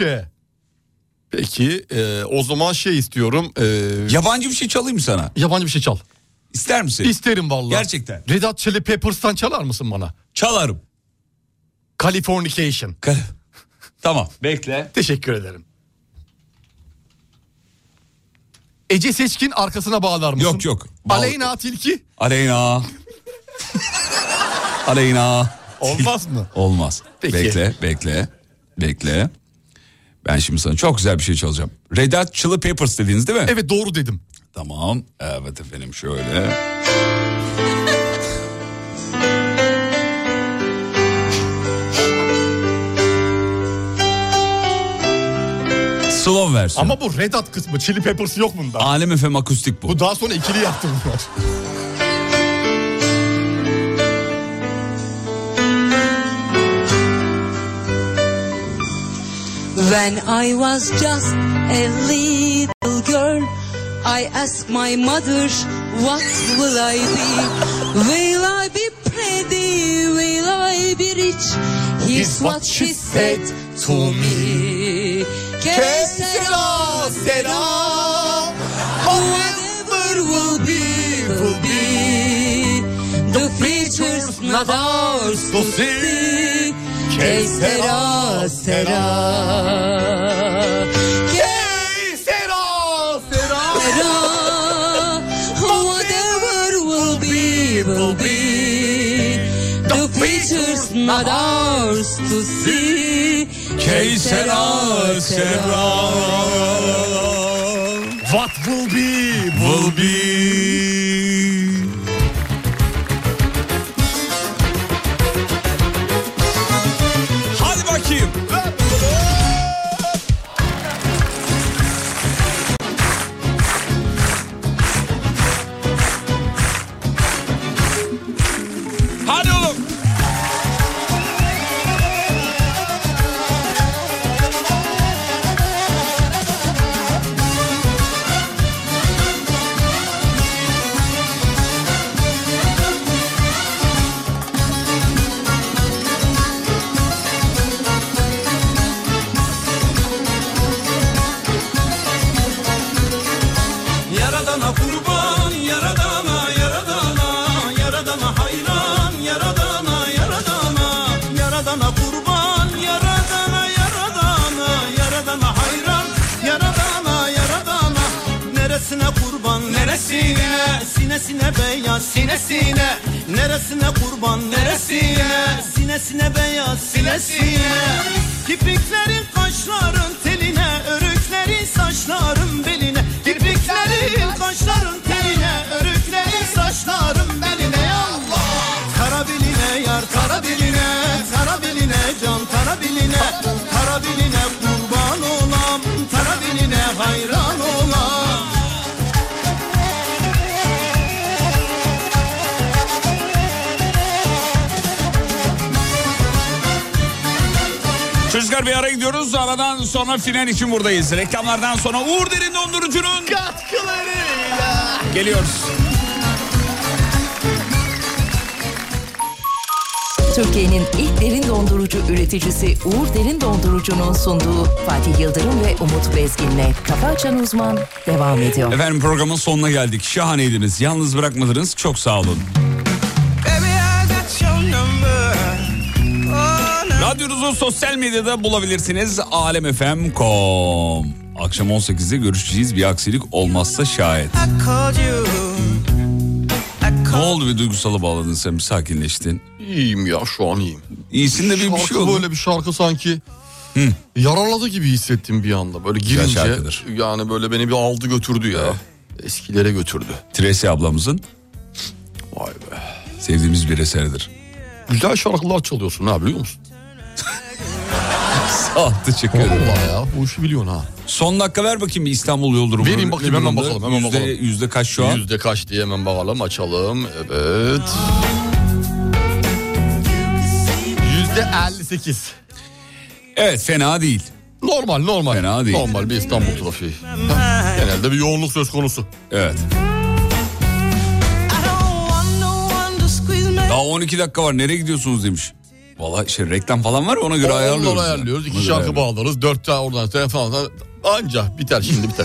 Peki o zaman istiyorum. Yabancı bir şey çalayım mı sana? Yabancı bir şey çal. İster misin? İsterim vallahi. Gerçekten. Red Hot Chili Peppers'tan çalar mısın bana? Çalarım. Californication. Tamam bekle. Teşekkür ederim. Ece Seçkin arkasına bağlar mısın? Yok. Aleyna Tilki. Aleyna. Olmaz mı? Olmaz. Peki. Bekle. Ben şimdi sana çok güzel bir şey çalacağım. Red Hot Chili Peppers dediniz değil mi? Evet doğru dedim. Tamam. Evet efendim şöyle. Slow versiyon. Ama bu Red Hot kısmı, Chili Peppers yok bunda. Alem FM akustik bu. Bu daha sonra ikili yaptı bunlar. When I was just a little girl, I asked my mother, what will I be? Will I be pretty? Will I be rich? Here's what she said to me. Que sera, sera. Whatever will be, will be. The future's not ours to see. Que sera, sera. Que sera, sera. Whatever will be, will be. The future's not ours to see. Que sera, sera. What will be, will be. Hadi bakayım. Hadi oğlum. Yaradana kurban, yaradana, yaradana, yaradana hayran, yaradana, yaradana, yaradana kurban, yaradana, yaradana, yaradana hayran, yaradana, yaradana. Neresine kurban, neresine, sinesine beyaz, sinesine. Neresine kurban, neresine, sinesine beyaz, sinesine. Kirpiklerin kaşların teline, örüklerin saçların beline. Kirpiklerin kaşların teline, örüklerin saçların beline. Allah! Tara beline yar, tara beline, tara beline can, tara beline. Tara beline kurban olam, tara beline hayran olam. Çocuklar bir ara gidiyoruz. Aradan sonra final için buradayız. Reklamlardan sonra Uğur Derin Dondurucu'nun katkılarıyla geliyoruz. Türkiye'nin ilk derin dondurucu üreticisi Uğur Derin Dondurucu'nun sunduğu Fatih Yıldırım ve Umut Bezgin'le Kafa Açan Uzman devam ediyor. Efendim programın sonuna geldik. Şahaneydiniz. Yalnız bırakmadınız. Çok sağ olun. Radyonuzu sosyal medyada bulabilirsiniz. alemfm.com. Akşam 18'de görüşeceğiz. Bir aksilik olmazsa şayet. Ne oldu, bir duygusala bağladın sen, bir sakinleştin? İyiyim ya, şu an iyiyim. İyisin de bir şey oldu. Böyle bir şarkı sanki yaraladı gibi hissettim bir anda. Böyle girince yani böyle beni bir aldı götürdü ya. Eskilere götürdü. Tracy ablamızın. Vay be. Sevdiğimiz bir eseridir. Güzel şarkılar çalıyorsun ha, biliyor musun? Sahte çıkıyor. Vallahi ya, bu işi biliyorsun ha. Son dakika ver bakayım bir İstanbul yol durumu. Vereyim bakayım, hemen bakalım. Yüzde kaç şu an? Yüzde kaç diye hemen bakalım, açalım. Evet. %58. Evet, fena değil. Normal. Fena değil. Normal bir İstanbul trafiği. Genelde bir yoğunluk söz konusu. Evet. Daha 12 dakika var, nereye gidiyorsunuz demiş. Valla reklam falan var, ona göre ayarlıyoruz. 2 şarkı bağlarız, 4 tane oradan telefon anca biter, şimdi biter.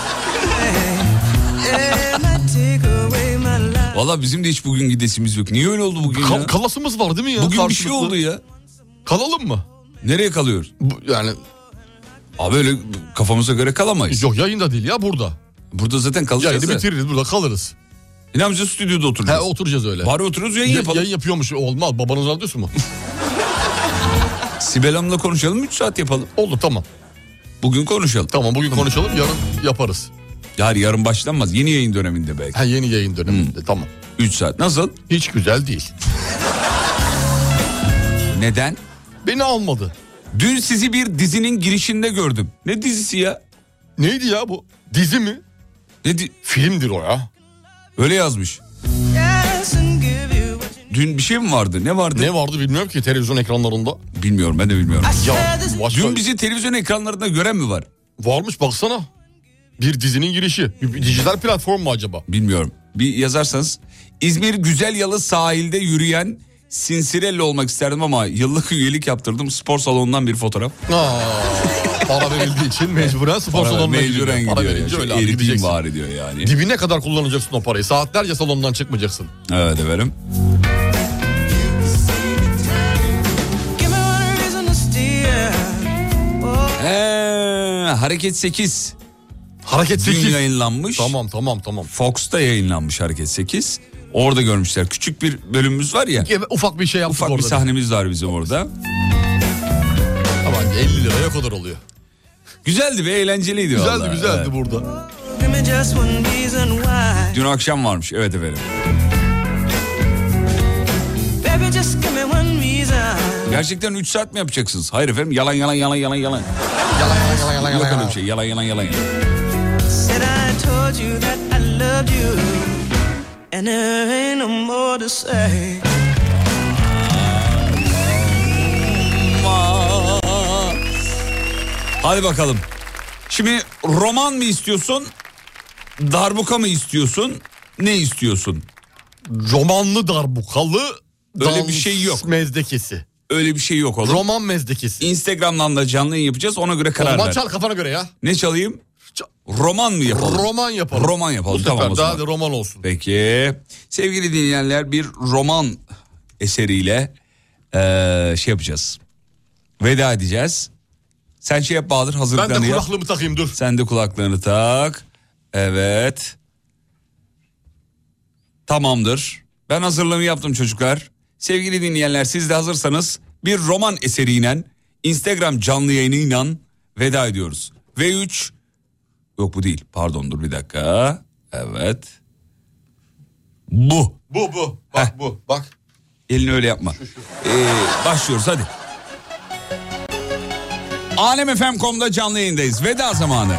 Valla bizim de hiç bugün gidesimiz yok. Niye öyle oldu bugün ya? Kalasımız var değil mi ya? Bugün bir şey oldu ya. Kalalım mı? Nereye kalıyoruz? Yani... Abi öyle kafamıza göre kalamayız. Yok, yayında değil ya, burada. Burada zaten kalacağız. Yayını bitiririz, burada kalırız. Ne yapacağız, stüdyoda oturacağız? He, oturacağız öyle. Bari oturuyoruz, yayın yapalım. Yayın yapıyormuş, olmaz, babanız radyosu mu? Sibel Hanım'la konuşalım, 3 saat yapalım. Oldu, tamam. Bugün konuşalım. Tamam, bugün konuşalım, yarın yaparız. Yarın başlanmaz, yeni yayın döneminde belki. Ha, yeni yayın döneminde, tamam. 3 saat nasıl? Hiç güzel değil. Neden? Beni almadı. Dün sizi bir dizinin girişinde gördüm. Ne dizisi ya? Neydi ya bu? Dizi mi? Filmdir o ya. Öyle yazmış. Dün bir şey mi vardı? Ne vardı? Ne vardı bilmiyorum ki televizyon ekranlarında. Bilmiyorum, ben de bilmiyorum. Ya, dün bizi televizyon ekranlarında gören mi var? Varmış, baksana. Bir dizinin girişi. Bir dijital platform mu acaba? Bilmiyorum. Bir yazarsanız. İzmir Güzelyalı sahilde yürüyen Sinsirelli olmak isterdim ama yıllık üyelik yaptırdım. Spor salonundan bir fotoğraf. Para verildiği için mecburen spor salonuna gidiyor. Para verince öyle abi gideceksin. Var ediyor yani. Dibine kadar kullanacaksın o parayı. Saatlerce salondan çıkmayacaksın. Evet efendim. Hareket 8. Hareket 8. Dün yayınlanmış. Tamam. Fox'ta yayınlanmış Hareket 8. Orada görmüşler. Küçük bir bölümümüz var ya. Ufak bir şey yaptık orada. Ufak bir sahnemiz var bizim orada. Ama 50 liraya kadar oluyor. Güzeldi ve eğlenceliydi vallahi. Güzeldi evet. Burada. Dün akşam varmış. Evet efendim. Gerçekten 3 saat mi yapacaksınız? Hayır efendim, yalan. Yalan. Yok öyle bir şey. Yalan. Said I told you that I loved you and there ain't no more to say. Hadi bakalım. Şimdi roman mı istiyorsun? Darbuka mı istiyorsun? Ne istiyorsun? Romanlı darbukalı. Öyle bir şey yok. Mezdekesi. Öyle bir şey yok oğlum. Roman mezdekesi. Instagram'dan da canlı yayın yapacağız, ona göre karar ver. Roman çal kafana göre ya. Ne çalayım? Roman mı yapalım? Roman yapalım. Roman yapalım. Bu sefer tamam, daha da roman olsun. Peki. Sevgili dinleyenler, bir roman eseriyle şey yapacağız. Veda edeceğiz. Sen şey yap Bahadır, hazırlıklarını yap. Ben de kulaklığımı takayım, dur. Sen de kulaklığını tak. Evet. Tamamdır. Ben hazırlığımı yaptım çocuklar. Sevgili dinleyenler, siz de hazırsanız bir roman eseriyle Instagram canlı yayınıyla veda ediyoruz. V3 yok, bu değil. Pardon, dur bir dakika. Evet. Bu. Bak bu. Bak. Elini öyle yapma. Başlıyoruz hadi. alemfm.com'da canlı yayındayız. Veda zamanı.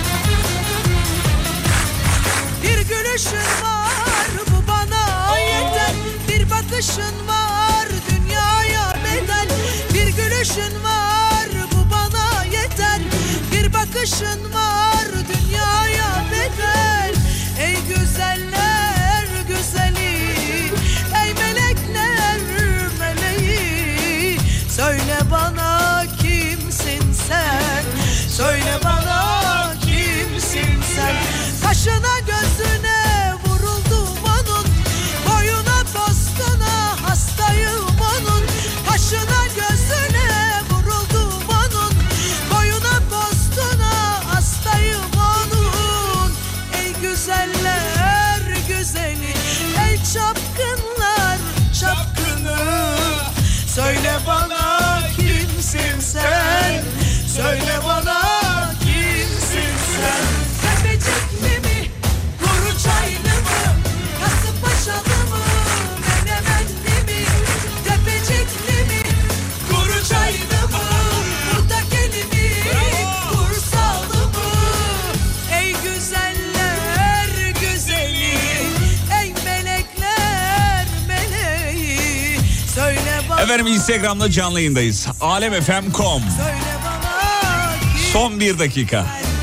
Bir gülüşün var, bu bana yeter. bakışın var dünyaya bedel, bir gülüşün var bu bana yeter. Bir bakışın var dünyaya bedel, ey güzeller güzeli, ey melekler meleği. Söyle bana kimsin sen, söyle bana kimsin sen. Kaşına gözüne vuruldum onun, boyuna postuna hastayım onun. Kaşına gözüne vuruldum onun, boyuna postuna hastayım onun. Ey güzeller güzeli, ey çapkınlar çapkını. Söyle bana kimsin sen, söyle bana kimsin sen. Tepecikli mi, kuru çaylı mı, Kasımpaşalı mı, Menemenli mi? Tepecikli mi, kuru çaylı mı, Portakeli mi, Bursalı mı? Ey güzeller güzeli, ey melekler meleği. Söyle bana. Efendim Instagram'da canlı yayındayız. alemfm.com. Son 1 dakika.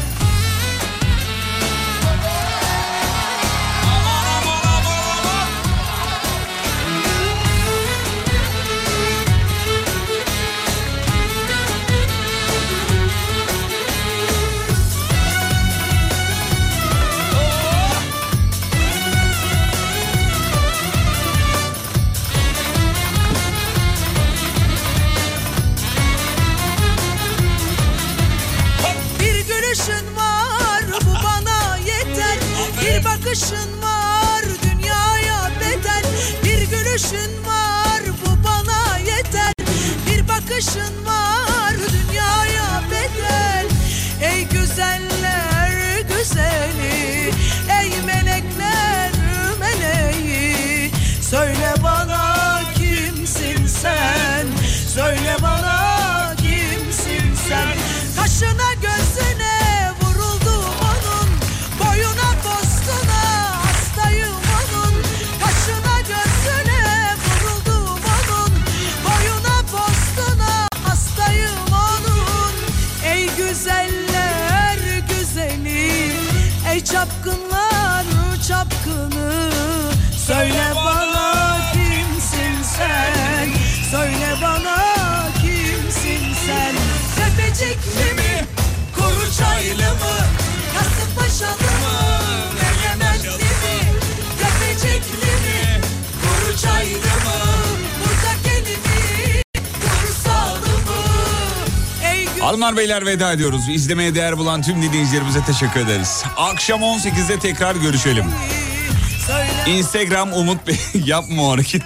Bakışın var dünyaya bedel, bir gülüşün var bu bana yeter. Bir bakışın var dünyaya bedel, ey güzeller güzeli, ey melekler meleği. Söyle bana kimsin sen, söyle bana kimsin sen. Kaşına gözüne vuruldum onun, boyuna postuna hastayım onun. Kaşına gözüne vuruldum onun, boyuna postuna hastayım onun. Ey güzeller güzeli, ey çapkınlar çapkını. Söyle bana kimsin sen, söyle bana kimsin sen. Tepecikli mi, kuru çaylı mı, Kasımpaşalı mı, Menemenli mi? Tepecikli mi, kuru çaylı mı, Portakeli mi, Bursalı mı? Hanımlar beyler veda ediyoruz. İzlemeye değer bulan tüm dinleyicilerimize teşekkür ederiz. Akşam 18'de tekrar görüşelim. Instagram Umut Bey yapma o hareket.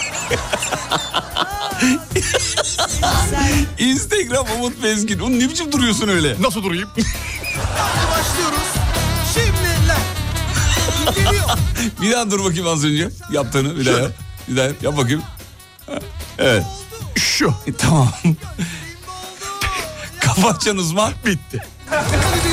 Instagram Umut Bezgin. Oğlum ne biçim duruyorsun öyle? Nasıl durayım? Başlıyoruz. Şimdi geliyor. Bir daha dur bakayım az önce yaptığını. Bir daha yap. Bir daha yap bakayım. Evet. Şu. Tamam. Kafa açan uzman bitti.